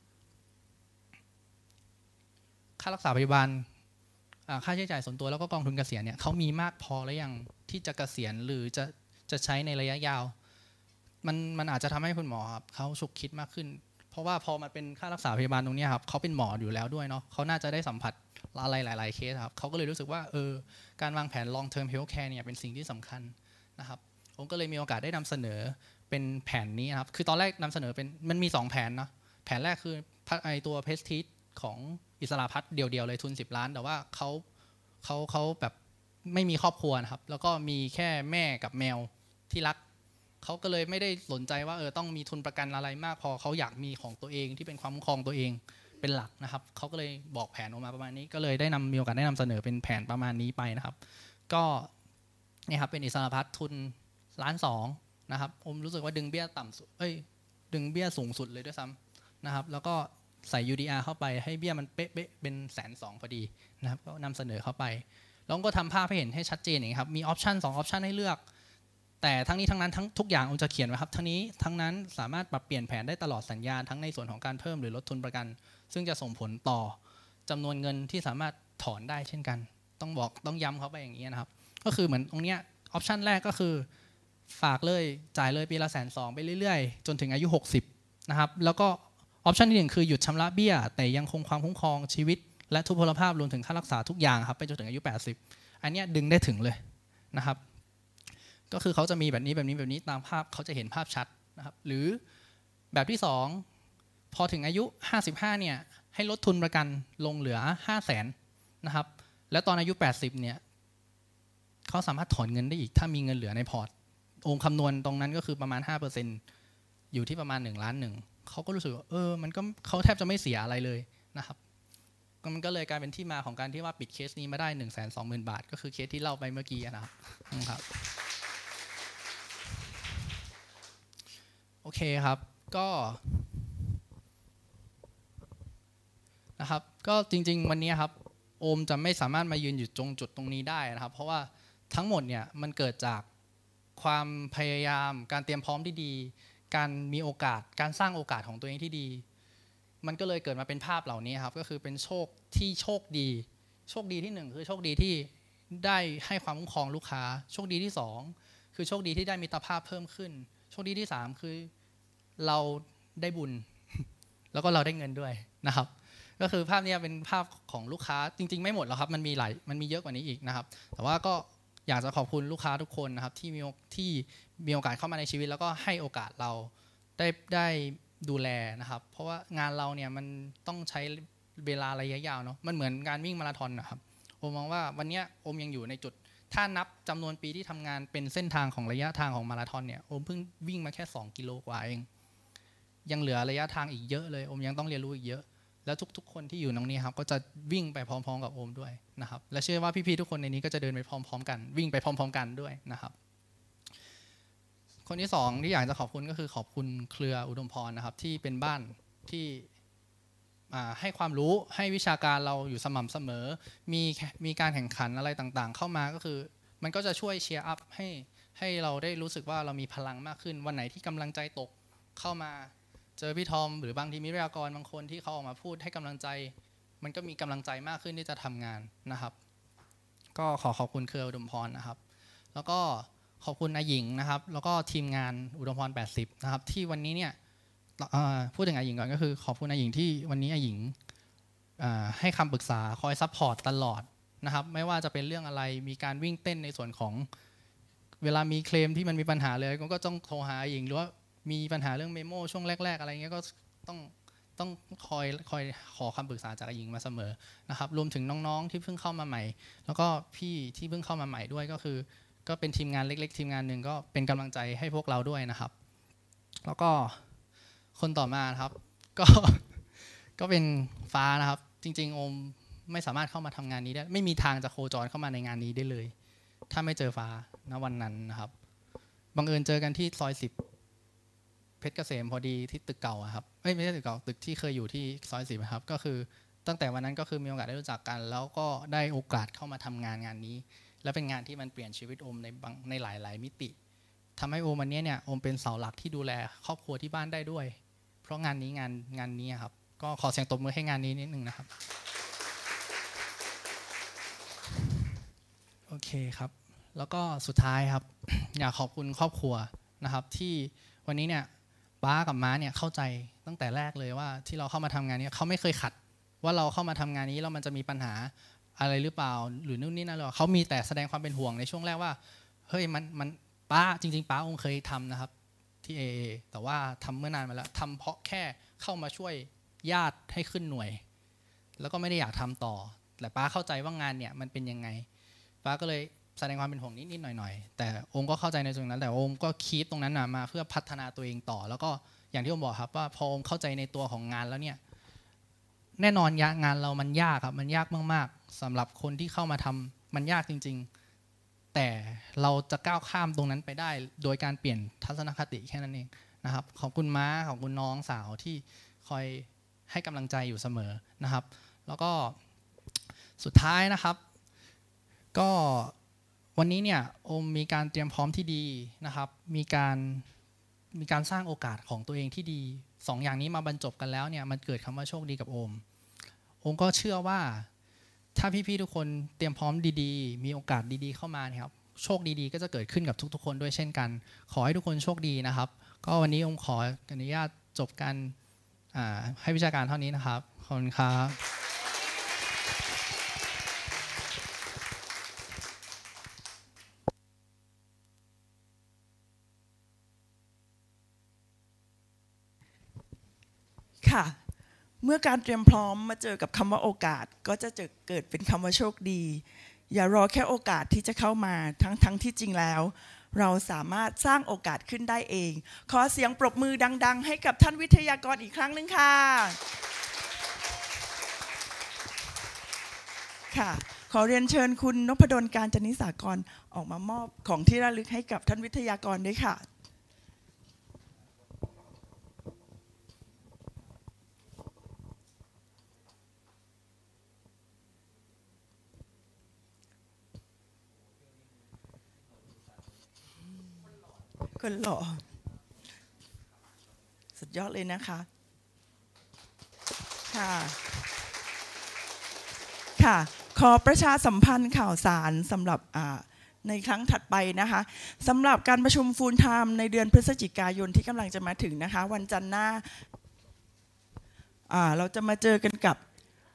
ค่ารักษาพยาบาลค่าใช้จ่ายส่วนตัวแล้วก็กองทุนเกษียณเนี่ยเขามีมากพอแล้วยังที่จะเกษียณหรือจะจะใช้ในระยะยาวมันมันอาจจะทำให้คุณหมอครับเขาฉุกคิดมากขึ้นเพราะว่าพอมันเป็นค่ารักษาพยาบาลตรงนี้ครับเขาเป็นหมออยู่แล้วด้วยเนาะเขาน่าจะได้สัมผัสอะไรหลายๆเคสครับเขาก็เลยรู้สึกว่าเออการวางแผน long term health care เนี่ยเป็นสิ่งที่สำคัญนะครับผมก็เลยมีโอกาสได้นำเสนอเป็นแผนนี้นะครับคือตอนแรกนำเสนอเป็นมันมีสองแผนเนาะแผนแรกคือไอตัวเพสทิสของอิสราพัฒน์เดียวๆเลยทุนสิบล้านแต่ว่าเขาเขาเขาแบบไม่มีครอบครัวนะครับแล้วก็มีแค่แม่กับแมวที่รักเขาก็เลยไม่ได้สนใจว่าเออต้องมีทุนประกันอะไรมากพอเขาอยากมีของตัวเองที่เป็นความคุ้มครองตัวเองเป็นหลักนะครับเขาก็เลยบอกแผนออกมาประมาณนี้ก็เลยได้นำมีโอกาสได้นำเสนอเป็นแผนประมาณนี้ไปนะครับก็นี่ครับเป็นอิสราพัฒน์ทุนล้านสองนะครับผมรู้สึกว่าดึงเบี้ยต่ำสุดเอ้ยดึงเบี้ยสูงสุดเลยด้วยซ้ำนะครับแล้วก็ใส่ ยู ดี อาร์ เข้าไปให้เบี้ยมันเป๊ะๆเป็นแสนสองพอดีนะครับก็นำเสนอเข้าไปแล้วก็ทำภาพให้เห็นให้ชัดเจนอย่างนี้ครับมีออปชันสองออปชันให้เลือกแต่ทั้งนี้ทั้งนั้นทั้งทุกอย่างผมจะเขียนไว้ครับทั้งนี้ทั้งนั้นสามารถปรับเปลี่ยนแผนได้ตลอดสัญญาทั้งในส่วนของการเพิ่มหรือลดทุนประกันซึ่งจะส่งผลต่อจำนวนเงินที่สามารถถอนได้เช่นกันต้องบอกต้องย้ำเขาไปอย่างนี้นะครับก็คือเหมือนตรงเนี้ยออปชันแรกก็คือฝากเลยจ่ายเลยปีละแสนสองไปเรื่อยๆจนถึงอายุหกสิบนะครับแล้วก็ออปชันที่หนึ่งคือหยุดชำระเบี้ยแต่ยังคงความคุ้มครองชีวิตและทุพพลภาพรวมถึงค่ารักษาทุกอย่างครับไปจนถึงอายุแปดสิบอันนี้ดึงได้ถึงเลยนะครับก็คือเขาจะมีแบบนี้แบบนี้แบบนี้ตามภาพเขาจะเห็นภาพชัดนะครับหรือแบบที่สองพอถึงอายุห้าสิบห้าเนี่ยให้ลดทุนประกันลงเหลือห้าแสนนะครับแล้วตอนอายุแปดสิบเนี่ยเขาสามารถถอนเงินได้อีกถ้ามีเงินเหลือในพอร์ตองค์คำนวณตรงนั้นก็คือประมาณ ห้าเปอร์เซ็นต์ อยู่ที่ประมาณหนึ่งล้านหนึ่งเขาก็รู้สึกว่าเออมันก็เขาแทบจะไม่เสียอะไรเลยนะครับมันก็เลยกลายเป็นที่มาของการที่ว่าปิดเคสนี้มาได้ หนึ่งแสนสองหมื่น บาทก็คือเคสที่เล่าไปเมื่อกี้นะครับโอเคครับก็นะครับก็จริงๆวันนี้ครับโอมจะไม่สามารถมายืนอยู่ตรงจุดตรงนี้ได้นะครับเพราะว่าทั้งหมดเนี่ยมันเกิดจากความพยายามการเตรียมพร้อมที่ดีการมีโอกาสการสร้างโอกาสของตัวเองที่ดีมันก็เลยเกิดมาเป็นภาพเหล่านี้ครับก็คือเป็นโชคที่โชคดีโชคดีที่หนึ่งคือโชคดีที่ได้ให้ความคุ้มครองลูกค้าโชคดีที่สองคือโชคดีที่ได้มิตรภาพเพิ่มขึ้นโชคดีที่สามคือเราได้บุญแล้วก็เราได้เงินด้วยนะครับก็คือภาพนี้เป็นภาพของลูกค้าจริงๆไม่หมดแล้วครับมันมีหลายมันมีเยอะกว่านี้อีกนะครับแต่ว่าก็อยากจะขอบคุณลูกค้าทุกคนนะครับที่มีที่มีโอกาสเข้ามาในชีวิตแล้วก็ให้โอกาสเราได้ได้ดูแลนะครับเพราะว่างานเราเนี่ยมันต้องใช้เวลาระยะยาวเนาะมันเหมือนการวิ่งมาราธอนนะครับผมมองว่าวันนี้โอมยังอยู่ในจุดถ้านับจำนวนปีที่ทำงานเป็นเส้นทางของระยะทางของมาราธอนเนี่ยโอมเพิ่งวิ่งมาแค่สองกิโลกว่าเองยังเหลือระยะทางอีกเยอะเลยโอมยังต้องเรียนรู้อีกเยอะแล้วทุกๆคนที่อยู่ตรงนี้ครับก็จะวิ่งไปพร้อมๆกับโอมด้วยนะครับและเชื่อว่าพี่ๆทุกคนในนี้ก็จะเดินไปพร้อมๆกันวิ่งไปพร้อมๆกันด้วยนะครับคนที่สองที่อยากจะขอบคุณก็คือขอบคุณเครืออุดมพรนะครับที่เป็นบ้านที่ให้ความรู้ให้วิชาการเราอยู่สม่ำเสมอมีมีการแข่งขันอะไรต่างๆเข้ามาก็คือมันก็จะช่วยเชียร์อัพให้ให้เราได้รู้สึกว่าเรามีพลังมากขึ้นวันไหนที่กำลังใจตกเข้ามาเจอพี่ทอมหรือบางทีมีวิทยากรบางคนที่เขาออกมาพูดให้กำลังใจมันก็มีกำลังใจมากขึ้นที่จะทำงานนะครับก็ขอขอบคุณเครืออุดมพรนะครับแล้วก็ขอบคุณอาหญิงนะครับแล้วก็ทีมงานอุดมพรแปดสิบนะครับที่วันนี้เนี่ยพูดถึงอาหญิงก่อนก็คือขอบคุณอาหญิงที่วันนี้อาหญิงให้คำปรึกษาคอยซัพพอร์ตตลอดนะครับไม่ว่าจะเป็นเรื่องอะไรมีการวิ่งเต้นในส่วนของเวลามีเคลมที่มันมีปัญหาเลยก็ต้องโทรหาอาหญิงหรือว่ามีปัญหาเรื่องเมโมช่วงแรกๆอะไรเงี้ยก็ต้องต้องคอยคอยขอคำปรึกษาจากอาหญิงมาเสมอนะครับรวมถึงน้องๆที่เพิ่งเข้ามาใหม่แล้วก็พี่ที่เพิ่งเข้ามาใหม่ด้วยก็คือก็เป็นทีมงานเล็กๆทีมงานหนึ่งก็เป็นกำลังใจให้พวกเราด้วยนะครับแล้วก็คนต่อมาครับก็ก็เป็นฟ้านะครับจริงๆโอมไม่สามารถเข้ามาทำงานนี้ได้ไม่มีทางจะโคจรเข้ามาในงานนี้ได้เลยถ้าไม่เจอฟ้าณวันนั้นนะครับบังเอิญเจอกันที่ซอยสิบเพชรเกษมพอดีที่ตึกเก่าครับไม่ใช่ตึกเก่าตึกที่เคยอยู่ที่ซอยสิบครับก็คือตั้งแต่วันนั้นก็คือมีโอกาสได้รู้จักกันแล้วก็ได้โอกาสเข้ามาทำงานงานนี้และเป็นงานที่มันเปลี่ยนชีวิตโอมในบางในหลายๆมิติทำให้โอมวันนี้เนี่ยโอมเป็นเสาหลักที่ดูแลครอบครัวที่บ้านได้ด้วยเพราะงานนี้งานงานนี้ครับก็ขอเสียงตบมือให้งานนี้นิดนึงนะครับโอเคครับแล้วก็สุดท้ายครับอยากขอบคุณครอบครัวนะครับที่วันนี้เนี่ยป้ากับม้าเนี่ยเข้าใจตั้งแต่แรกเลยว่าที่เราเข้ามาทำงานนี้เขาไม่เคยขัดว่าเราเข้ามาทำงานนี้แล้วมันจะมีปัญหาอะไรหรือเปล่าหรือนู่นนี่นั่นหรอเขามีแต่แสดงความเป็นห่วงในช่วงแรกว่าเฮ้ยมันมันป้าจริงๆป้าองเคยทำนะครับที่ เอ เอ แต่ว่าทำเมื่อนานมาแล้วทำเพราะแค่เข้ามาช่วยญาติให้ขึ้นหน่วยแล้วก็ไม่ได้อยากทำต่อแต่ป้าเข้าใจว่างานเนี่ยมันเป็นยังไงป้าก็เลยแสดงความเป็นห่วงนิดๆหน่อยๆแต่โอมก็เข้าใจในตรงนั้นแต่โอมก็คีปตรงนั้นมาเพื่อพัฒนาตัวเองต่อแล้วก็อย่างที่โอมบอกครับว่าพอโอมเข้าใจในตัวของงานแล้วเนี่ยแน่นอนงานเรามันยากครับมันยากมากๆสำหรับคนที่เข้ามาทำมันยากจริงๆแต่เราจะก้าวข้ามตรงนั้นไปได้โดยการเปลี่ยนทัศนคติแค่นั้นเองนะครับขอบคุณม้าขอบคุณน้องสาวที่คอยให้กำลังใจอยู่เสมอนะครับแล้วก็สุดท้ายนะครับก็วันนี้เนี่ยโอมมีการเตรียมพร้อมที่ดีนะครับมีการมีการสร้างโอกาสของตัวเองที่ดีสองอย่างนี้มาบรรจบกันแล้วเนี่ยมันเกิดคำว่าโชคดีกับโอมโอมก็เชื่อว่าถ้าพี่ๆทุกคนเตรียมพร้อมดีๆมีโอกาสดีๆเข้ามาเนี่ยครับโชคดีๆก็จะเกิดขึ้นกับทุกๆคนด้วยเช่นกันขอให้ทุกคนโชคดีนะครับก็วันนี้โอมขออนุญาตจบการให้วิชาการเท่านี้นะครับขอบคุณครับค่ะเมื่อการเตรียมพร้อมมาเจอกับคำว่าโอกาสก็จะเกิดเป็นคำว่าโชคดีอย่ารอแค่โอกาสที่จะเข้ามาทั้งทั้งที่จริงแล้วเราสามารถสร้างโอกาสขึ้นได้เองขอเสียงปรบมือดังๆให้กับท่านวิทยากรอีกครั้งหนึ่งค่ะค่ะขอเรียนเชิญคุณนพดล กาญจนิสากรออกมามอบของที่ระลึกให้กับท่านวิทยากรด้วยค่ะคนหล่อสุดยอดเลยนะคะค่ะค่ะขอประชาสัมพันธ์ข่าวสารสำหรับในครั้งถัดไปนะคะสำหรับการประชุมฟูลไทม์ในเดือนพฤศจิกายนที่กำลังจะมาถึงนะคะวันจันทร์หน้าเราจะมาเจอกันกับ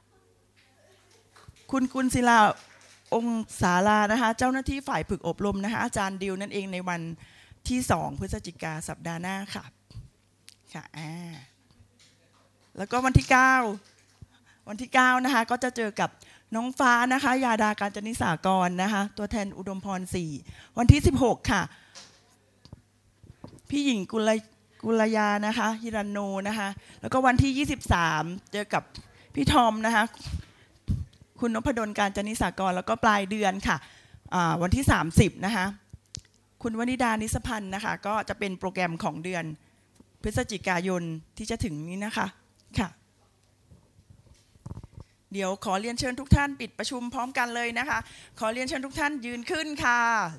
คุณกุลศิลาองศาลานะคะเจ้าหน้าที่ฝ่ายฝึกอบรมนะคะอาจารย์ดิวนั่นเองในวันที่สองพฤศจิกาสัปดาห์หน้าค่ะค่ะอ่าแล้วก็วันที่เก้าวันที่เก้านะคะก็จะเจอกับน้องฟ้านะคะยาดาการจนิสากรนะคะตัวแทนอุดมพรสี่วันที่สิบหกค่ะพี่หญิงกุลกุลยานะคะฮิรันโนนะคะแล้วก็วันที่ยี่สิบสามเจอกับพี่ทอมนะคะคุณนพดล การจนิสากรแล้วก็ปลายเดือนค่ะวันที่สามสิบนะคะคุณวนิดานิสพันธ์นะคะก็จะเป็นโปรแกรมของเดือนพฤศจิกายนที่จะถึงนี้นะคะค่ะเดี๋ยวขอเรียนเชิญทุกท่านปิดประชุมพร้อมกันเลยนะคะขอเรียนเชิญทุกท่านยืนขึ้นค่ะ